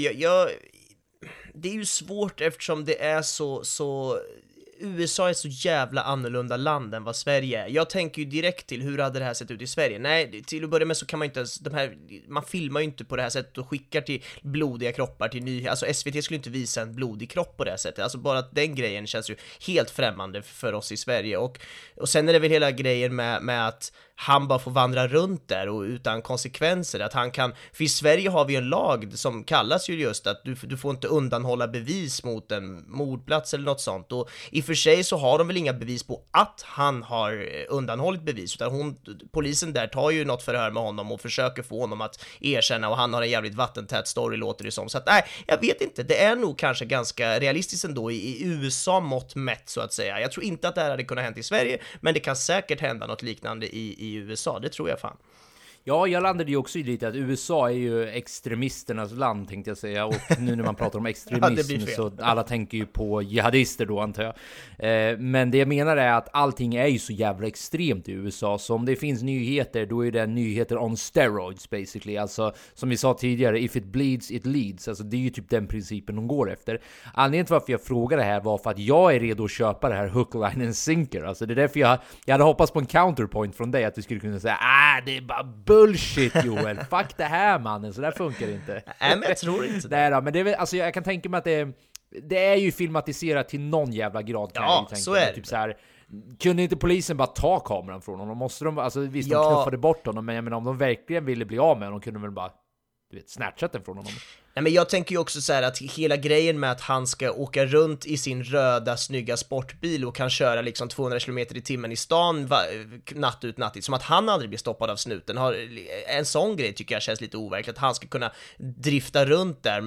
Det är ju svårt eftersom det är så USA är så jävla annorlunda land än vad Sverige är. Jag tänker ju direkt till hur hade det här sett ut i Sverige. Nej, till att börja med så kan man inte ens, man filmar ju inte på det här sättet och skickar till blodiga kroppar till nyheter. Alltså SVT skulle inte visa en blodig kropp på det här sättet. Alltså bara att den grejen känns ju helt främmande för oss i Sverige. Och sen är det väl hela grejen med att han bara får vandra runt där och utan konsekvenser, att han kan, för i Sverige har vi en lag som kallas ju just att du får inte undanhålla bevis mot en mordplats eller något sånt, och i och för sig så har de väl inga bevis på att han har undanhållit bevis, utan polisen där tar ju något förhör med honom och försöker få honom att erkänna, och han har en jävligt vattentät story låter det som, så att nej, jag vet inte, det är nog kanske ganska realistiskt ändå i USA mått mätt så att säga. Jag tror inte att det här hade kunnat hända i Sverige, men det kan säkert hända något liknande i USA, det tror jag fan. Ja, jag landade ju också i lite att USA är ju extremisternas land, tänkte jag säga. Och nu när man pratar om extremism så alla tänker ju på jihadister då, antar jag. Men det jag menar är att allting är ju så jävla extremt i USA. Så om det finns nyheter, då är det nyheter on steroids basically. Alltså som vi sa tidigare, if it bleeds, it leads. Alltså det är ju typ den principen de går efter. Anledningen till varför jag frågade det här var för att jag är redo att köpa det här hook, line and sinker. Alltså det är därför jag hade hoppats på en counterpoint från dig, att du skulle kunna säga det är bara bullshit Joel, fuck det här mannen, så där funkar det inte. Nej, men jag tror inte det. Nej då, men det är väl, alltså jag kan tänka mig att det är ju filmatiserat till någon jävla grad, kan jag ju tänka. Så är det. Typ så här, kunde inte polisen bara ta kameran från honom? Måste de, alltså visst, de knuffade bort honom, men jag menar om de verkligen ville bli av med honom, kunde de väl bara, du vet, snatchat den från honom. Nej, men jag tänker ju också så här att hela grejen med att han ska åka runt i sin röda snygga sportbil och kan köra liksom 200 km i timmen i stan natt ut natt in, som att han aldrig blir stoppad av snuten. En sån grej tycker jag känns lite overkligt, att han ska kunna drifta runt där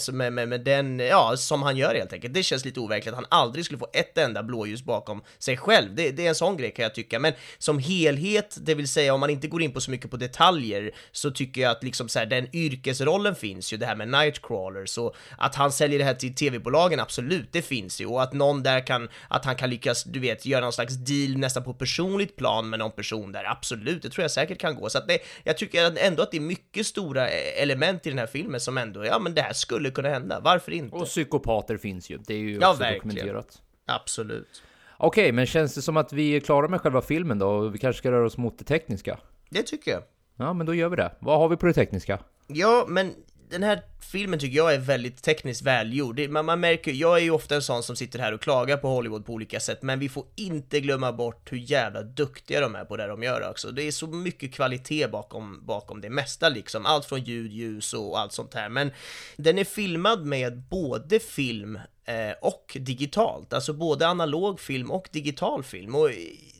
med den, ja, som han gör helt enkelt. Det känns lite overkligt att han aldrig skulle få ett enda blåljus bakom sig själv. Det är en sån grej kan jag tycka, men som helhet, det vill säga om man inte går in på så mycket på detaljer, så tycker jag att liksom så här, den yrkesrollen finns ju, det här med Nightcrawler, så att han säljer det här till tv-bolagen, absolut, det finns ju, och att någon där att han kan lyckas, du vet, göra någon slags deal nästan på personligt plan med någon person där, absolut, det tror jag säkert kan gå, så att jag tycker ändå att det är mycket stora element i den här filmen som ändå, ja men det här skulle kunna hända, varför inte? Och psykopater finns ju, det är ju också dokumenterat. Absolut. Okej, men känns det som att vi är klara med själva filmen då, och vi kanske ska röra oss mot det tekniska? Det tycker jag. Ja, men då gör vi det. Vad har vi på det tekniska? Ja, men den här filmen tycker jag är väldigt tekniskt välgjord. Man märker, jag är ju ofta en sån som sitter här och klagar på Hollywood på olika sätt, men vi får inte glömma bort hur jävla duktiga de är på det de gör också. Det är så mycket kvalitet bakom det mesta liksom, allt från ljud, ljus och allt sånt här. Men den är filmad med både film och digitalt, alltså både analog film och digital film, och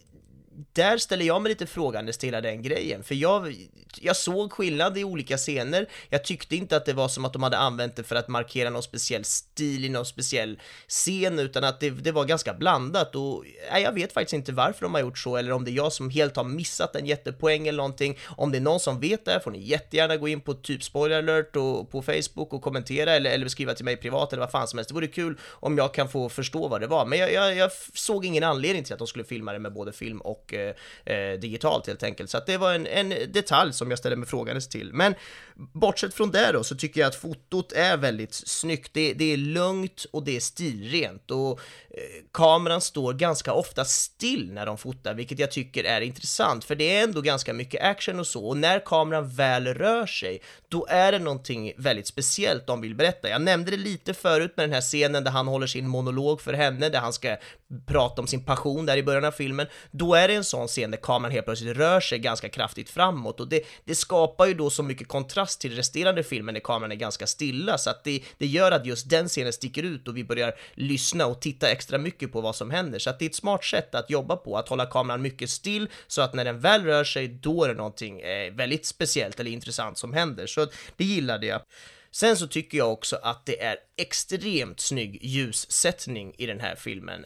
där ställer jag mig lite frågande till hela den grejen, för jag såg skillnad i olika scener. Jag tyckte inte att det var som att de hade använt det för att markera någon speciell stil i någon speciell scen, utan att det var ganska blandat, och jag vet faktiskt inte varför de har gjort så, eller om det är jag som helt har missat en jättepoäng eller någonting. Om det är någon som vet det får ni jättegärna gå in på typ spoiler alert och på Facebook och kommentera eller skriva till mig privat eller vad fan som helst. Det vore kul om jag kan få förstå vad det var, men jag såg ingen anledning till att de skulle filma det med både film och och digitalt helt enkelt. Så att det var en detalj som jag ställde mig frågandes till. Men bortsett från det då så tycker jag att fotot är väldigt snyggt. Det är lugnt och det är stilrent och kameran står ganska ofta still när de fotar, vilket jag tycker är intressant, för det är ändå ganska mycket action och så, och när kameran väl rör sig, då är det någonting väldigt speciellt de vill berätta. Jag nämnde det lite förut med den här scenen där han håller sin monolog för henne, där han ska prata om sin passion där i början av filmen. Då är det en sån scen där kameran helt plötsligt rör sig ganska kraftigt framåt, och det skapar ju då så mycket kontrast till resterande filmen när kameran är ganska stilla, så att det gör att just den scenen sticker ut och vi börjar lyssna och titta extra mycket på vad som händer. Så att det är ett smart sätt att jobba på, att hålla kameran mycket still, så att när den väl rör sig, då är det någonting väldigt speciellt eller intressant som händer. Så det gillade jag. Sen så tycker jag också att det är extremt snygg ljussättning i den här filmen.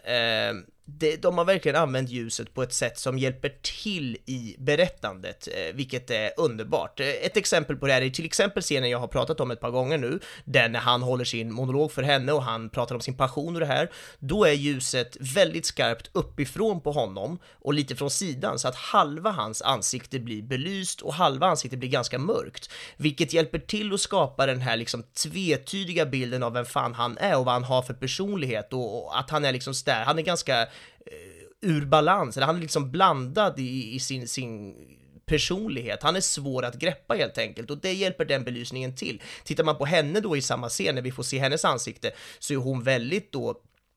De har verkligen använt ljuset på ett sätt som hjälper till i berättandet, vilket är underbart. Ett exempel på det här är till exempel scenen jag har pratat om ett par gånger nu, där när han håller sin monolog för henne och han pratar om sin passion och det här, då är ljuset väldigt skarpt uppifrån på honom och lite från sidan, så att halva hans ansikte blir belyst och halva ansiktet blir ganska mörkt, vilket hjälper till att skapa den här liksom tvetydiga bilden av vem fan han är och vad han har för personlighet, och att han är liksom där, han är ganska ur balans, eller han är liksom blandad i sin personlighet. Han är svår att greppa helt enkelt, och det hjälper den belysningen till. Tittar man på henne då i samma scen, när vi får se hennes ansikte, så är hon väldigt då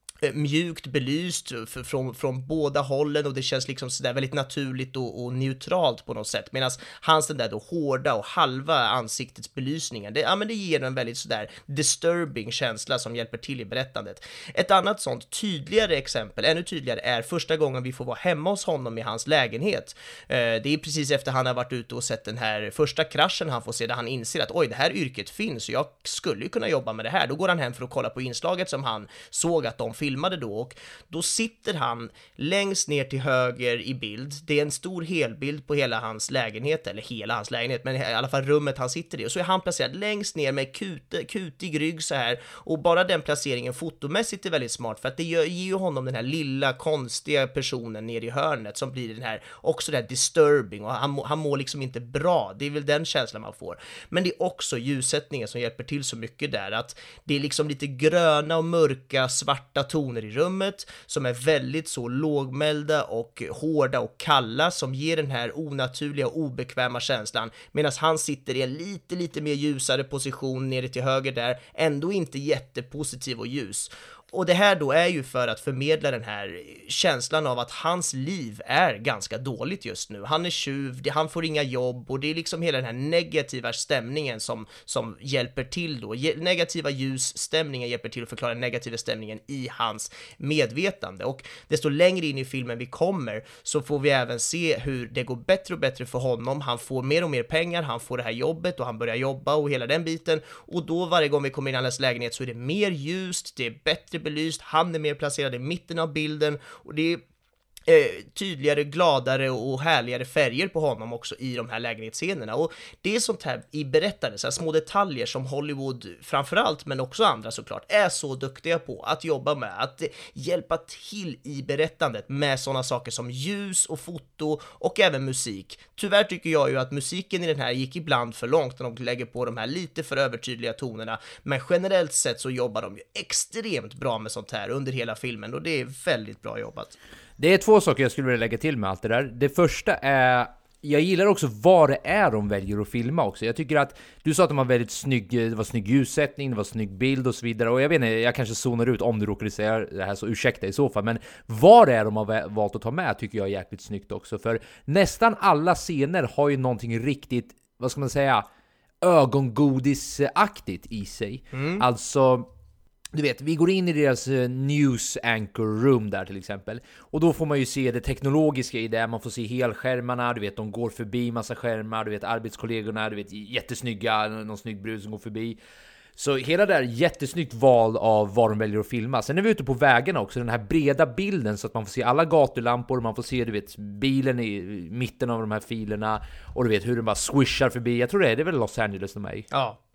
mjukt belyst från båda hållen, och det känns liksom sådär väldigt naturligt och neutralt på något sätt, medan hans den där då hårda och halva ansiktets belysningen, det ger en väldigt sådär disturbing känsla som hjälper till i berättandet. Ett annat sånt tydligare exempel, ännu tydligare, är första gången vi får vara hemma hos honom i hans lägenhet. Det är precis efter han har varit ute och sett den här första kraschen han får se, där han inser att oj, det här yrket finns och jag skulle ju kunna jobba med det här. Då går han hem för att kolla på inslaget som han såg att de filmade då, och då sitter han längst ner till höger i bild. Det är en stor helbild på hela hans lägenhet, eller hela hans lägenhet, men i alla fall rummet han sitter i, och så är han placerad längst ner med kutig rygg så här, och bara den placeringen fotomässigt är väldigt smart, för att det ger ju honom den här lilla konstiga personen ner i hörnet som blir den här, också det här disturbing, och han mår liksom inte bra. Det är väl den känslan man får. Men det är också ljussättningen som hjälper till så mycket där, att det är liksom lite gröna och mörka svarta toner i rummet som är väldigt så lågmälda och hårda och kalla, som ger den här onaturliga och obekväma känslan, medan han sitter i en lite mer ljusare position nere till höger där, ändå inte jättepositiv och ljus. Och det här då är ju för att förmedla den här känslan av att hans liv är ganska dåligt just nu. Han är tjuv, han får inga jobb, och det är liksom hela den här negativa stämningen som hjälper till då. Negativa ljusstämningen hjälper till att förklara den negativa stämningen i hans medvetande. Och desto längre in i filmen vi kommer, så får vi även se hur det går bättre och bättre för honom. Han får mer och mer pengar, han får det här jobbet och han börjar jobba och hela den biten. Och då varje gång vi kommer in i hans lägenhet så är det mer ljust, det är bättre belyst, han är mer placerad i mitten av bilden, och det är tydligare, gladare och härligare färger på honom också i de här lägenhetsscenerna. Och det är sånt här i berättandet, så här små detaljer som Hollywood framförallt, men också andra såklart, är så duktiga på att jobba med, att hjälpa till i berättandet med sådana saker som ljus och foto och även musik. Tyvärr tycker jag ju att musiken i den här gick ibland för långt när de lägger på de här lite för övertydliga tonerna, men generellt sett så jobbar de ju extremt bra med sånt här under hela filmen, och det är väldigt bra jobbat. Det är två saker jag skulle vilja lägga till med allt det där. Det första är, jag gillar också vad det är de väljer att filma också. Jag tycker att, du sa att de var väldigt snygg, det var snygg ljussättning, det var snygg bild och så vidare. Och jag vet inte, jag kanske zonar ut om du råkade säga det här, så ursäkta i så fall. Men vad det är de har valt att ta med tycker jag är jäkligt snyggt också. För nästan alla scener har ju någonting riktigt, vad ska man säga, ögongodisaktigt i sig. Alltså, du vet, vi går in i deras news anchor room där till exempel, och då får man ju se det teknologiska i det. Man får se helskärmarna, du vet, de går förbi massa skärmar, du vet, arbetskollegorna, du vet, jättesnygga, någon snygg brud som går förbi. Så hela det där jättesnyggt val av vad de väljer att filma. Sen är vi ute på vägarna också, den här breda bilden, så att man får se alla gatulampor, man får se, du vet, bilen i mitten av de här filerna, och du vet hur den bara swishar förbi. Jag tror det är väl Los Angeles de är i. Ja.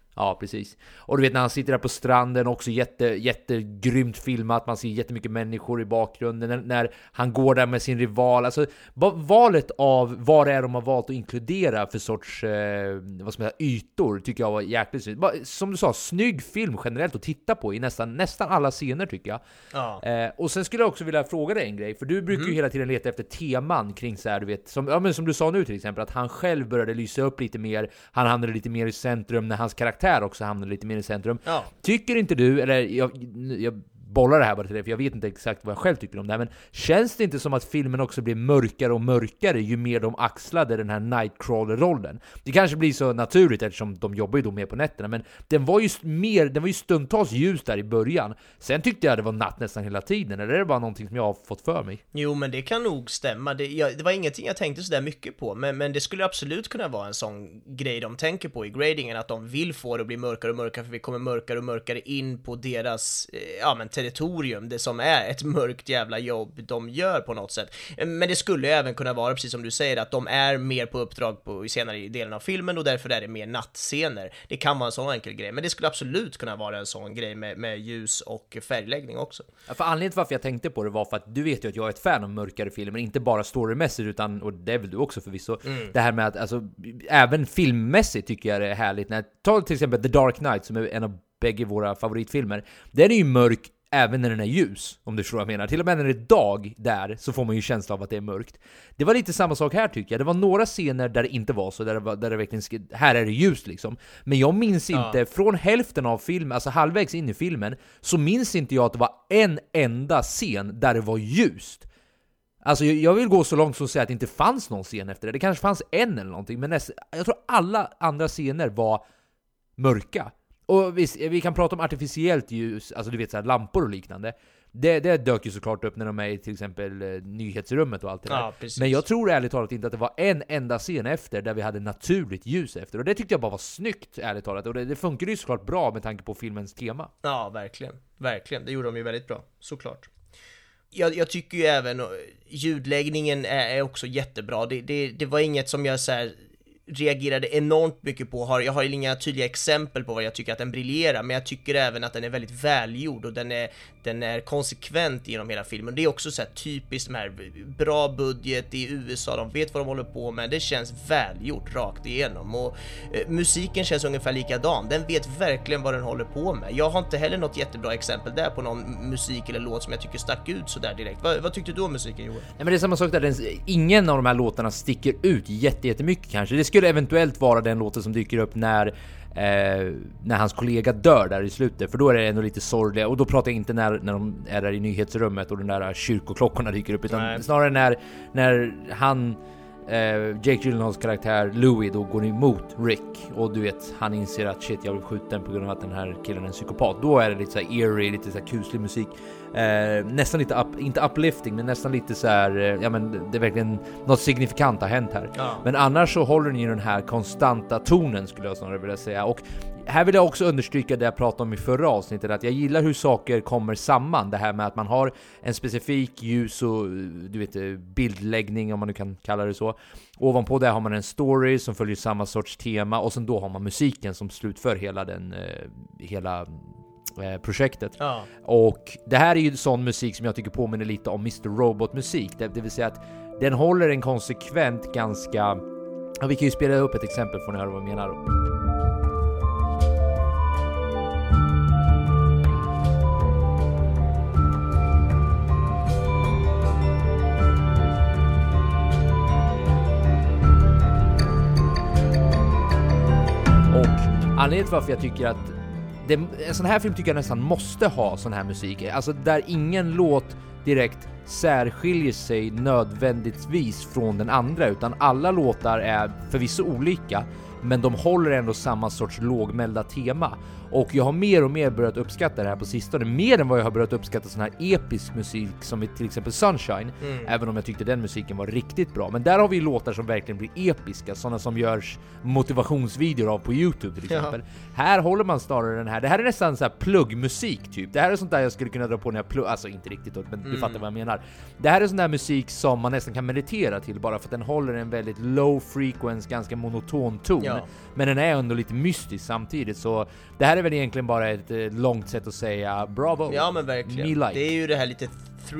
Ja, precis. Och du vet när han sitter där på stranden, också jättegrymt filmat. Man ser jättemycket människor i bakgrunden. När han går där med sin rival. Alltså, valet av vad det är de har valt att inkludera för sorts vad ska man säga, ytor tycker jag var jäkligt snyggt. Som du sa, snygg film generellt att titta på i nästan alla scener tycker jag. Ja. Och sen skulle jag också vilja fråga dig en grej. För du brukar ju hela tiden leta efter teman kring så här, du vet, som du sa nu till exempel, att han själv började lysa upp lite mer. Han hamnade lite mer i centrum när hans karaktär också hamnar lite mer i centrum. Ja. Tycker inte du, eller jag bollar det här bara till det, för jag vet inte exakt vad jag själv tycker om det här, men känns det inte som att filmen också blir mörkare och mörkare ju mer de axlade den här Nightcrawler-rollen? Det kanske blir så naturligt eftersom de jobbar ju då mer på nätterna, men den var ju stundtals ljus där i början. Sen tyckte jag det var natt nästan hela tiden, eller är det bara någonting som jag har fått för mig? Jo, men det kan nog stämma. Det var ingenting jag tänkte så där mycket på, men det skulle absolut kunna vara en sån grej de tänker på i gradingen, att de vill få det att bli mörkare och mörkare, för vi kommer mörkare och mörkare in på deras territorium, det som är ett mörkt jävla jobb de gör på något sätt. Men det skulle även kunna vara, precis som du säger, att de är mer på uppdrag i senare delen av filmen och därför är det mer nattscener. Det kan vara en sån enkel grej, men det skulle absolut kunna vara en sån grej med ljus och färgläggning också. Ja, för anledningen till varför jag tänkte på det var för att du vet ju att jag är ett fan av mörkare filmer, inte bara storymässigt utan, och det är väl du också förvisso, det här med att alltså, även filmmässigt tycker jag det är härligt. Ta till exempel The Dark Knight som är en av bägge våra favoritfilmer. Den är ju mörk även när den är ljus, om du förstår vad jag menar. Till och med när det är dag där så får man ju känsla av att det är mörkt. Det var lite samma sak här tycker jag. Det var några scener där det inte var så, där det verkligen här är det ljust liksom. Men jag minns inte, från hälften av filmen, alltså halvvägs in i filmen, så minns inte jag att det var en enda scen där det var ljust. Alltså jag vill gå så långt som att säga att det inte fanns någon scen efter det. Det kanske fanns en eller någonting, men jag tror alla andra scener var mörka. Och vi kan prata om artificiellt ljus, alltså du vet så här, lampor och liknande. Det dök ju såklart upp när de är i till exempel nyhetsrummet och allt det där. Men jag tror ärligt talat inte att det var en enda scen efter där vi hade naturligt ljus efter. Och det tyckte jag bara var snyggt, ärligt talat. Och det funkar ju såklart bra med tanke på filmens tema. Ja, verkligen. Verkligen. Det gjorde de ju väldigt bra, såklart. Jag tycker ju även ljudläggningen är också jättebra. Det var inget som jag så här reagerade enormt mycket på. Jag har inga tydliga exempel på vad jag tycker att den briljerar, men jag tycker även att den är väldigt välgjord och den är konsekvent genom hela filmen. Det är också så här typiskt med bra budget i USA, de vet vad de håller på med, det känns välgjort rakt igenom, och musiken känns ungefär likadan, den vet verkligen vad den håller på med. Jag har inte heller något jättebra exempel där på någon musik eller låt som jag tycker stack ut så där direkt. Vad tyckte du om musiken, Joel? Nej, men det är samma sak där, ingen av de här låtarna sticker ut jättemycket kanske. Det skulle eventuellt vara den låten som dyker upp när hans kollega dör där i slutet, för då är det ändå lite sorgligt, och då pratar jag inte när de är där i nyhetsrummet och den där kyrkoklockorna dyker upp, utan snarare när han Jake Gyllenhaals karaktär Louis då går emot Rick, och du vet, han inser att shit, jag vill skjuta den på grund av att den här killen är en psykopat. Då är det lite så här eerie, lite så här kuslig musik, nästan lite inte uplifting, men nästan lite så här, ja men det är verkligen något signifikant har hänt här. Men annars så håller ni ju den här konstanta tonen, skulle jag snarare vilja säga. Och här vill jag också understryka det jag pratade om i förra avsnittet, att jag gillar hur saker kommer samman. Det här med att man har en specifik ljus och du vet, bildläggning, om man nu kan kalla det så. Ovanpå det har man en story som följer samma sorts tema, och sen då har man musiken som slutför hela projektet. Och det här är ju sån musik som jag tycker påminner lite om Mr. Robot-musik. Det vill säga att den håller en konsekvent ganska... Ja, vi kan ju spela upp ett exempel för att höra vad jag menar. Anledningen till varför jag tycker att en sån här film tycker jag nästan måste ha sån här musik, alltså där ingen låt direkt särskiljer sig nödvändigtvis från den andra, utan alla låtar är förvisso olika, men de håller ändå samma sorts lågmälda tema. Och jag har mer och mer börjat uppskatta det här på sistone, mer än vad jag har börjat uppskatta sån här episk musik som till exempel Sunshine, även om jag tyckte den musiken var riktigt bra. Men där har vi låtar som verkligen blir episka, sådana som görs motivationsvideor av på YouTube till exempel. Här håller man snarare den här, det här är nästan så här pluggmusik typ. Det här är sånt där jag skulle kunna dra på när jag pluggar, alltså inte riktigt men du fattar vad jag menar. Det här är sån där musik som man nästan kan meditera till, bara för att den håller en väldigt low frequency, ganska monoton ton. Men den är ändå lite mystisk samtidigt, så det här är väl egentligen bara ett långt sätt att säga bravo. Ja men verkligen, like. Det är ju det här lite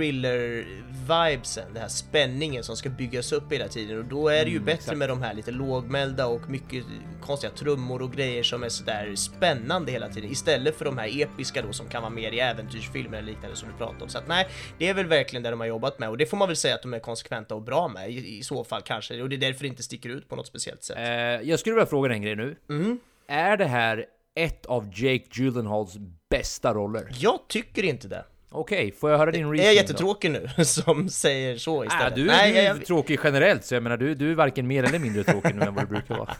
thriller-vibesen, den här spänningen som ska byggas upp hela tiden, och då är det ju bättre med de här lite lågmälda och mycket konstiga trummor och grejer som är sådär spännande hela tiden, istället för de här episka då som kan vara mer i äventyrsfilmer eller liknande som du pratade om. Så att nej, det är väl verkligen det de har jobbat med, och det får man väl säga att de är konsekventa och bra med i så fall kanske, och det är därför det inte sticker ut på något speciellt sätt. Jag skulle vilja fråga en grej nu. Är det här ett av Jake Gyllenhaals bästa roller? Jag tycker inte det. Okej, får jag höra din reasoning? Jag är jättetråkig nu som säger så istället. Du är tråkig generellt, så jag menar du är varken mer eller mindre tråkig nu än vad du brukar vara.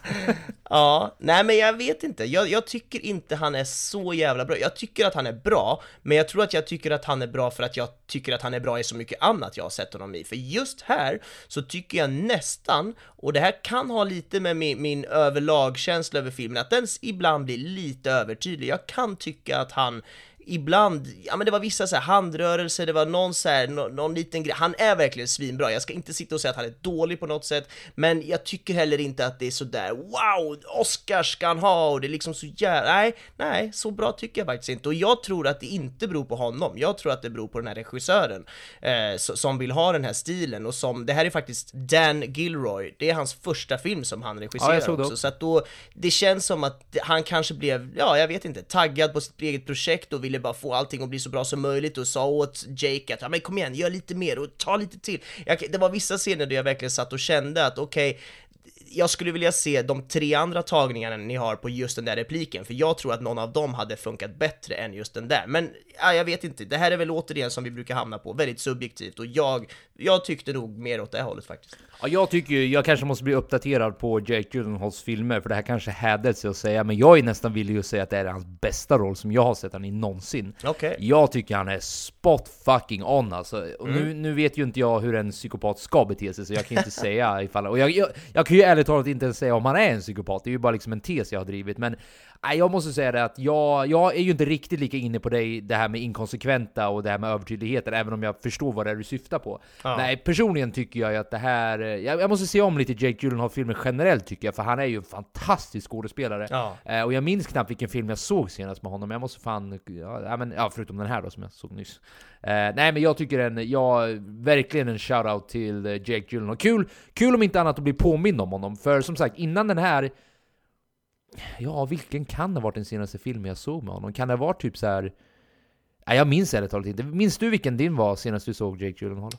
Ja, nej men jag vet inte. Jag tycker inte han är så jävla bra. Jag tycker att han är bra, men jag tror att jag tycker att han är bra för att jag tycker att han är bra i så mycket annat jag har sett honom i. För just här så tycker jag nästan, och det här kan ha lite med min överlagkänsla över filmen, att den ibland blir lite övertydlig. Jag kan tycka att han ibland, ja men det var vissa så här handrörelser, det var någon så här, någon liten grej. Han är verkligen svinbra. Jag ska inte sitta och säga att han är dålig på något sätt, men jag tycker heller inte att det är så där wow, Oscar ska han ha, och det är liksom så jävla, nej, så bra tycker jag faktiskt inte. Och jag tror att det inte beror på honom. Jag tror att det beror på den här regissören som vill ha den här stilen, och som, det här är faktiskt Dan Gilroy. Det är hans första film som han regisserar också. Så att då, det känns som att han kanske blev, jag vet inte, taggad på sitt eget projekt och ville bara få allting att bli så bra som möjligt, och sa åt Jake att men kom igen, gör lite mer och ta lite till. Det var vissa scener där jag verkligen satt och kände att okej, jag skulle vilja se de 3 andra tagningarna ni har på just den där repliken, för jag tror att någon av dem hade funkat bättre än just den där. Men jag vet inte, det här är väl återigen som vi brukar hamna på, väldigt subjektivt, och jag tyckte nog mer åt det hållet faktiskt. Ja, jag tycker ju, jag kanske måste bli uppdaterad på Jake Gyllenhaals filmer, för det här kanske hädde sig att säga, men jag är nästan villig att säga att det är hans bästa roll som jag har sett han i någonsin. Jag tycker han är spot fucking on alltså. Och nu vet ju inte jag hur en psykopat ska bete sig, så jag kan inte säga ifall, och jag kan ju ärligt talat inte ens säga om han är en psykopat, det är ju bara liksom en tes jag har drivit, men jag måste säga det att jag är ju inte riktigt lika inne på dig, det här med inkonsekventa och det här med övertydligheter, även om jag förstår vad det är du syftar på. Nej, personligen tycker jag att det här, jag måste se om lite Jake Gyllenhaal-filmer generellt tycker jag, för han är ju en fantastisk skådespelare. Och jag minns knappt vilken film jag såg senast med honom, jag måste fan, förutom den här då som jag såg nyss. Nej, men jag tycker verkligen en shoutout till Jake Gyllenhaal. Kul om inte annat att bli påmind om honom, för som sagt, innan den här, vilken kan det ha varit den senaste filmen jag såg med honom? Kan det ha varit typ så här? Jag minns ärligt talat inte. Minns du vilken din var senast du såg Jake Gyllenhaal?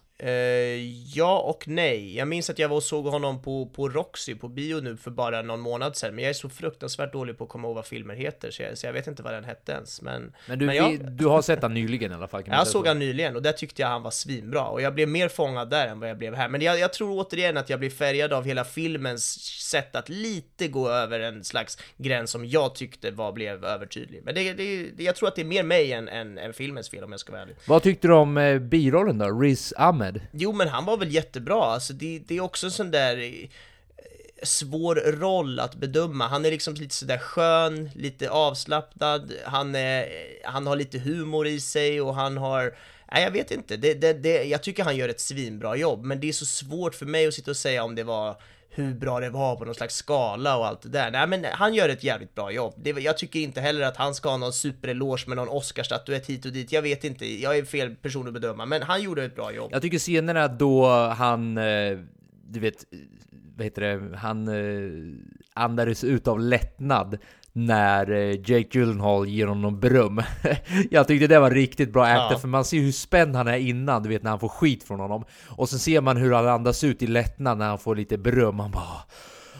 Ja och nej. Jag minns att jag var och såg honom på Roxy på bio nu för bara någon månad sedan, men jag är så fruktansvärt dålig på att komma ihåg vad filmer heter, så jag vet inte vad den hette ens. Men du har sett han nyligen i alla fall, kan man jag säga såg han nyligen, och där tyckte jag han var svinbra, och jag blev mer fångad där än vad jag blev här. Men jag tror återigen att jag blir färgad av hela filmens sätt att lite gå över en slags gräns som jag tyckte blev övertydlig. Men jag tror att det är mer mig än filmens fel, om jag ska vara ärlig. Vad tyckte du om birollen då? Riz Ahmed? Jo, men han var väl jättebra. Alltså det är också en sån där svår roll att bedöma. Han är liksom lite sådär skön, lite avslappnad. Han har lite humor i sig, och han har... Nej, jag vet inte. Jag tycker han gör ett svinbra jobb, men det är så svårt för mig att sitta och säga om det var hur bra det var på någon slags skala och allt det där. Nej, men han gör ett jävligt bra jobb. Jag tycker inte heller att han ska ha någon supereloge med någon Oscarsstatyett hit och dit. Jag vet inte, jag är fel person att bedöma, men han gjorde ett bra jobb. Jag tycker scenerna då han, du vet, vad heter det, han andades ut av lättnad när Jake Gyllenhaal ger honom beröm. Jag tyckte det var riktigt bra actor, för man ser hur spänd han är innan, du vet, när han får skit från honom. Och så ser man hur han andas ut i lättnad när han får lite beröm. Han bara,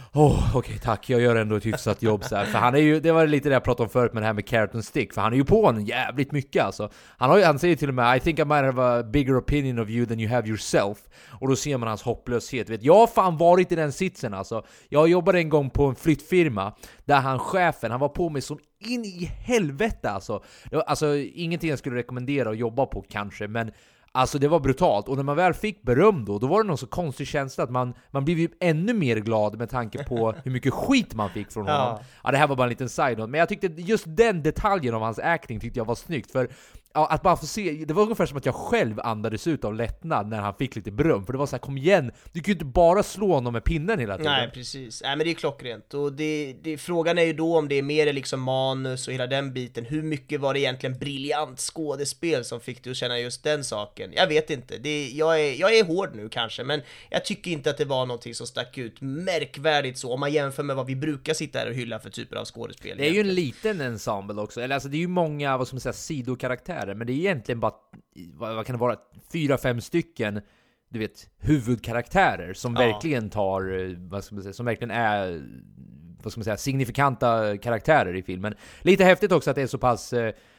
Okej, tack, jag gör ändå ett hyfsat jobb så här. För han är ju, det var lite det jag pratade om förut med det här med carrot and stick, för han är ju på en jävligt mycket alltså. Han säger till och med I think I might have a bigger opinion of you than you have yourself. Och då ser man hans hopplöshet. Vet, jag har fan varit i den sitsen alltså. Jag jobbade en gång på en flyttfirma där chefen, han var på mig som in i helvete alltså. Alltså ingenting jag skulle rekommendera att jobba på kanske, men alltså det var brutalt. Och när man väl fick beröm då var det någon så konstig känsla att man blev ju ännu mer glad med tanke på hur mycket skit man fick från honom. Ja, det här var bara en liten side-note. Men jag tyckte just den detaljen av hans acting tyckte jag var snyggt. För att bara få se, det var ungefär som att jag själv andades ut av lättnad när han fick lite beröm. För det var så här, kom igen, du kan ju inte bara slå honom med pinnen hela tiden. Nej, precis. Nej, men det är klockrent. Och frågan är ju då om det är mer liksom manus och hela den biten. Hur mycket var det egentligen briljant skådespel som fick du att känna just den saken? Jag vet inte. Jag är hård nu kanske, men jag tycker inte att det var någonting som stack ut märkvärdigt så, om man jämför med vad vi brukar sitta här och hylla för typer av skådespel. Det är ju en liten ensemble också. Eller alltså det är ju många, vad ska man säga, sidokaraktärer. Men det är egentligen bara, vad kan det vara, 4-5 stycken, du vet, huvudkaraktärer som verkligen tar, vad ska man säga, som verkligen är, vad ska man säga, signifikanta karaktärer i filmen. Lite häftigt också att det är så pass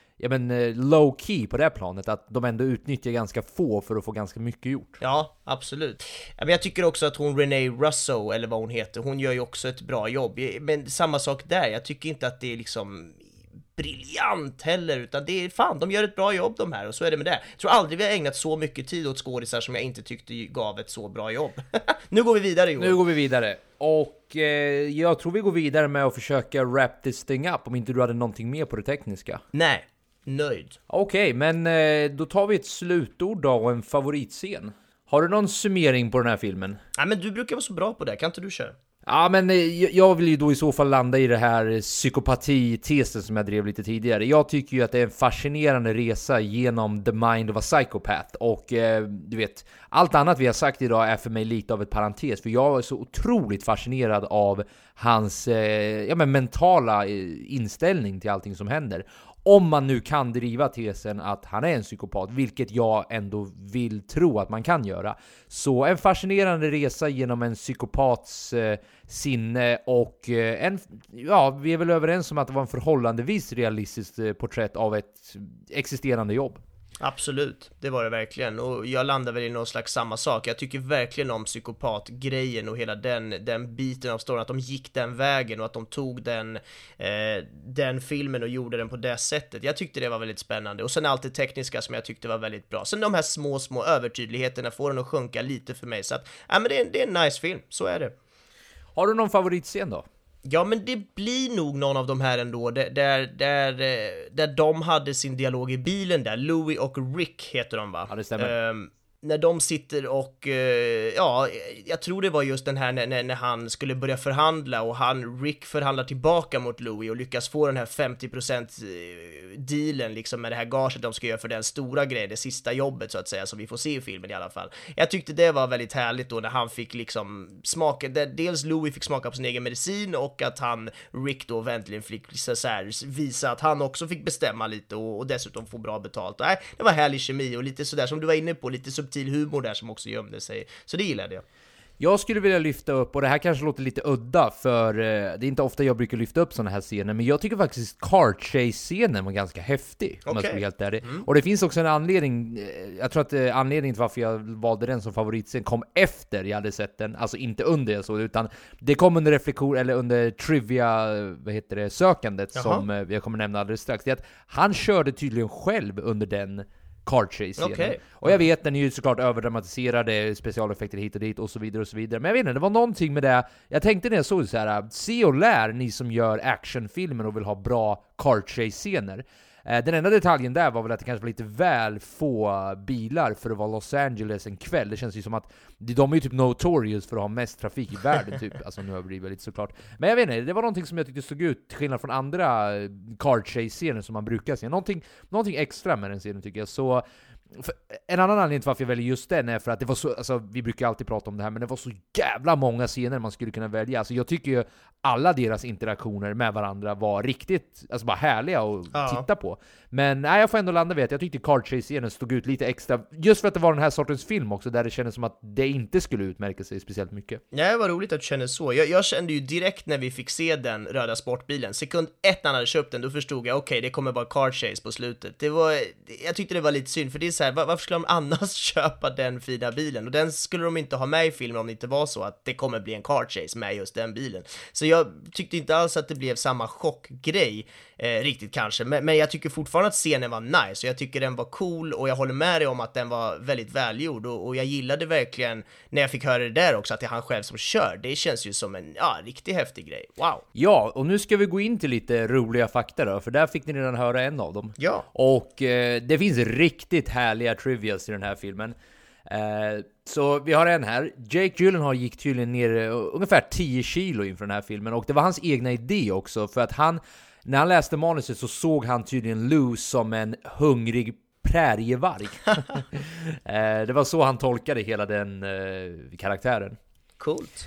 low key på det här planet, att de ändå utnyttjar ganska få för att få ganska mycket gjort. Ja, absolut. Men jag tycker också att hon Renee Russo, eller vad hon heter, hon gör ju också ett bra jobb. Men samma sak där, jag tycker inte att det är liksom briljant heller, utan det är fan, de gör ett bra jobb de här, och så är det med det. Jag tror aldrig vi har ägnat så mycket tid åt skådisar som jag inte tyckte gav ett så bra jobb. Nu går vi vidare, Johan. Nu går vi vidare. Och jag tror vi går vidare med att försöka wrap this thing up, om inte du hade någonting mer på det tekniska. Nej, nöjd. Okej, men då tar vi ett slutord då och en favoritscen. Har du någon summering på den här filmen? Ja, men du brukar vara så bra på det, kan inte du köra? Ja, men jag vill ju då i så fall landa i det här psykopati-testen som jag drev lite tidigare. Jag tycker ju att det är en fascinerande resa genom the mind of a psychopath. Och du vet, allt annat vi har sagt idag är för mig lite av ett parentes. För jag är så otroligt fascinerad av hans mentala inställning till allting som händer. Om man nu kan driva tesen att han är en psykopat, vilket jag ändå vill tro att man kan göra. Så en fascinerande resa genom en psykopats sinne, och vi är väl överens om att det var en förhållandevis realistisk porträtt av ett existerande jobb. Absolut, det var det verkligen, och jag landar väl i någon slags samma sak. Jag tycker verkligen om psykopatgrejen och hela den biten av storyn, att de gick den vägen och att de tog den filmen och gjorde den på det sättet. Jag tyckte det var väldigt spännande, och sen allt det tekniska som jag tyckte var väldigt bra. Sen de här små övertydligheterna får den att sjunka lite för mig, så att men det är en nice film, så är det. Har du någon favoritscen då? Ja, men det blir nog någon av de här ändå, där de hade sin dialog i bilen där. Louis och Rick heter de, va? Ja, det stämmer. När de sitter och, jag tror det var just den här när han skulle börja förhandla, och Rick förhandlar tillbaka mot Louis och lyckas få den här 50% dealen liksom med det här gaget de ska göra för den stora grejen, det sista jobbet så att säga, som vi får se i filmen i alla fall. Jag tyckte det var väldigt härligt då när han fick liksom smaka, dels Louis fick smaka på sin egen medicin, och att Rick då äntligen fick så här, visa att han också fick bestämma lite och dessutom få bra betalt. Nej, det var härlig kemi och lite sådär som du var inne på, lite subtil humor där som också gömde sig. Så det gillade jag. Jag skulle vilja lyfta upp, och det här kanske låter lite udda, för det är inte ofta jag brukar lyfta upp såna här scener, men jag tycker faktiskt car chase-scenen var ganska häftig, om jag ska bli helt ärlig. Och det finns också en anledning, jag tror att anledningen till varför jag valde den som favoritscen kom efter jag hade sett den, alltså inte under jag såg det, utan det kom under reflektion, eller under trivia, sökandet. Jaha. Som jag kommer nämna alldeles strax. Det är att han körde tydligen själv under den car chase-scenen. Okay. Och jag vet, den är ju såklart överdramatiserade, specialeffekter hit och dit och så vidare och så vidare. Men jag vet inte, det var någonting med det. Jag tänkte när jag såg så här: se och lär ni som gör actionfilmer och vill ha bra car chase-scener. Den enda detaljen där var väl att det kanske var lite väl få bilar för att vara Los Angeles en kväll. Det känns ju som att de är ju typ notorious för att ha mest trafik i världen typ. Alltså nu överdriver jag lite såklart. Men jag vet inte, det var någonting som jag tyckte stod ut till skillnad från andra car chase-scener som man brukar se. Någonting extra med den scenen tycker jag. Så en annan anledning till varför jag väljer just den är för att det var så, alltså vi brukar alltid prata om det här, men det var så jävla många scener man skulle kunna välja. Alltså jag tycker ju alla deras interaktioner med varandra var riktigt, alltså bara härliga att titta på. Men nej, jag får ändå landa vid att jag tyckte Car Chase-scenen stod ut lite extra, just för att det var den här sortens film också, där det kändes som att det inte skulle utmärka sig speciellt mycket. Ja, det var roligt att du kände så. Jag kände ju direkt när vi fick se den röda sportbilen, sekund 1 när han hade köpt den, då förstod jag, okej, det kommer bara Car Chase på slutet. Jag tyckte det var lite synd, för det är så här, varför skulle de annars köpa den fina bilen? Och den skulle de inte ha med i filmen om det inte var så att det kommer bli en Car Chase med just den bilen. Så jag tyckte inte alls att det blev samma chockgrej riktigt kanske, men jag tycker fortfarande att scenen var nice, och jag tycker den var cool, och jag håller med dig om att den var väldigt välgjord, och jag gillade verkligen när jag fick höra det där också, att det är han själv som kör. Det känns ju som en riktigt häftig grej. Wow! Ja, och nu ska vi gå in till lite roliga fakta då, för där fick ni redan höra en av dem. Ja. Och det finns riktigt härliga trivias i den här filmen. Så vi har en här. Jake Gyllenhaal gick tydligen ner ungefär 10 kilo inför den här filmen, och det var hans egna idé också, för att när han läste manuset så såg han tydligen Lou som en hungrig prärievarg. Det var så han tolkade hela den karaktären. Coolt.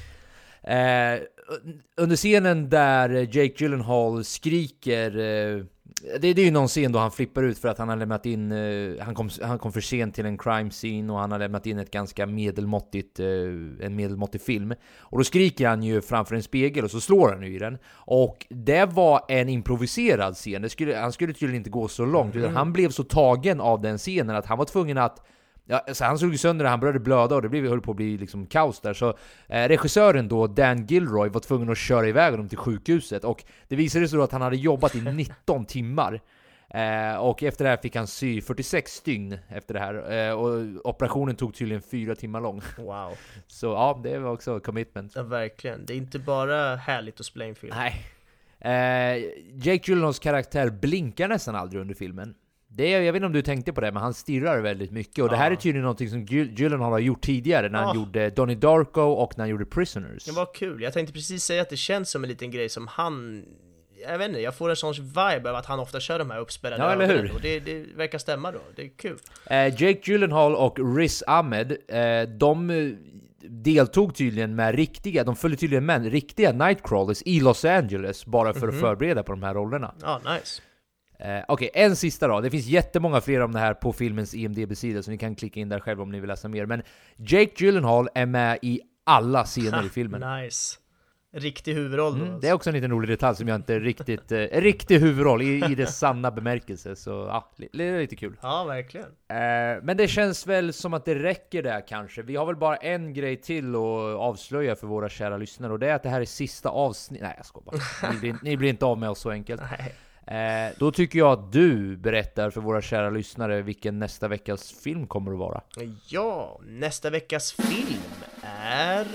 Under scenen där Jake Gyllenhaal skriker, det är ju någon scen då han flippar ut för att han har lämnat in, han kom för sent till en crime scene, och han har lämnat in ett ganska en medelmåttig film, och då skriker han ju framför en spegel, och så slår han ju i den, och det var en improviserad scen. Han skulle tydligen inte gå så långt, utan han blev så tagen av den scenen att han var tvungen att så han slog sönder, han började blöda, och det höll på att bli liksom kaos där. Så regissören då, Dan Gilroy, var tvungen att köra iväg honom till sjukhuset, och det visade sig då att han hade jobbat i 19 timmar. Och efter det här fick han sy 46 stygn efter det här, och operationen tog tydligen 4 timmar lång. Wow. Så ja, det var också commitment. Ja, verkligen. Det är inte bara härligt att spela in film. Nej. Jake Gyllenhaals karaktär blinkar nästan aldrig under filmen. Jag vet inte om du tänkte på det, men han stirrar väldigt mycket. Och det här är tydligen något som Gyllenhaal har gjort tidigare, när han gjorde Donnie Darko och när han gjorde Prisoners. Det var kul. Jag tänkte precis säga att det känns som en liten grej som han... Jag vet inte, jag får en sån vibe av att han ofta kör de här uppspelade eller hur? Och det verkar stämma då. Det är kul. Jake Gyllenhaal och Riz Ahmed, de deltog tydligen med de följde tydligen med riktiga Nightcrawlers i Los Angeles, bara för att förbereda på de här rollerna. Ja, nice. Okej, en sista då. Det finns jättemånga fler om det här på filmens IMDb-sida, så ni kan klicka in där själv om ni vill läsa mer. Men Jake Gyllenhaal är med i alla scener i filmen. Nice. Riktig huvudroll då, alltså. Det är också en liten rolig detalj som jag inte riktigt... riktig huvudroll i det sanna bemärkelse. Så ja, det är lite kul. Ja, verkligen. Men det känns väl som att det räcker där kanske. Vi har väl bara en grej till att avslöja för våra kära lyssnare, och det är att det här är sista avsnitt. Nej, jag skojar bara. Ni blir inte av med oss så enkelt. Nej. Då tycker jag att du berättar för våra kära lyssnare vilken nästa veckas film kommer att vara. Ja, nästa veckas film är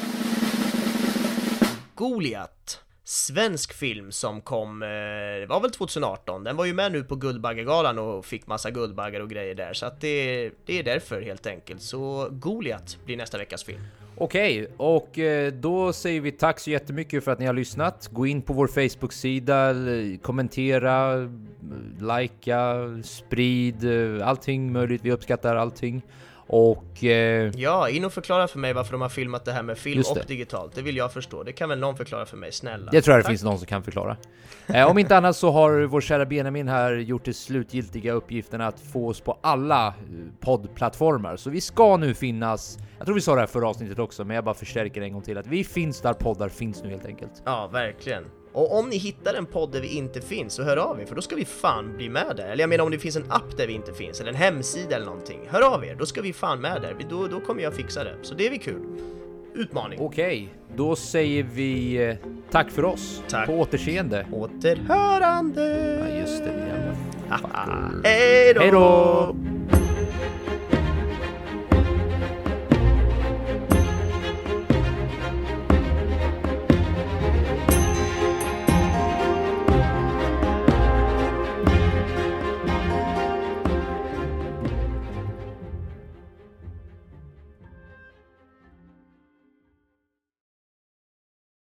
Goliat. Svensk film som kom, det var väl 2018. Den var ju med nu på Guldbaggegalan och fick massa guldbaggar och grejer där. Så att det är därför helt enkelt. Så Goliat blir nästa veckas film. Okej, och då säger vi tack så jättemycket för att ni har lyssnat. Gå in på vår Facebook-sida, kommentera, likea, sprid, allting möjligt. Vi uppskattar allting. Och ja, in och förklara för mig varför de har filmat det här med film och digitalt. Det vill jag förstå. Det kan väl någon förklara för mig, snälla. Det tror jag det finns någon som kan förklara. Om inte annat så har vår kära Benjamin här gjort det slutgiltiga uppgiften att få oss på alla poddplattformar. Så vi ska nu finnas, jag tror vi sa det här förra avsnittet också, men jag bara förstärker en gång till att vi finns där poddar finns nu helt enkelt. Ja, verkligen. Och om ni hittar en podd där vi inte finns, så hör av er, för då ska vi fan bli med där. Eller jag menar, om det finns en app där vi inte finns, eller en hemsida eller någonting, hör av er, då ska vi fan med där. Då kommer jag fixa det. Så det är vi kul. Utmaning. Okej, då säger vi tack för oss. Tack. På återseende. Återhörande. Ja, just det, jävla fucker. Hej då! Hej då!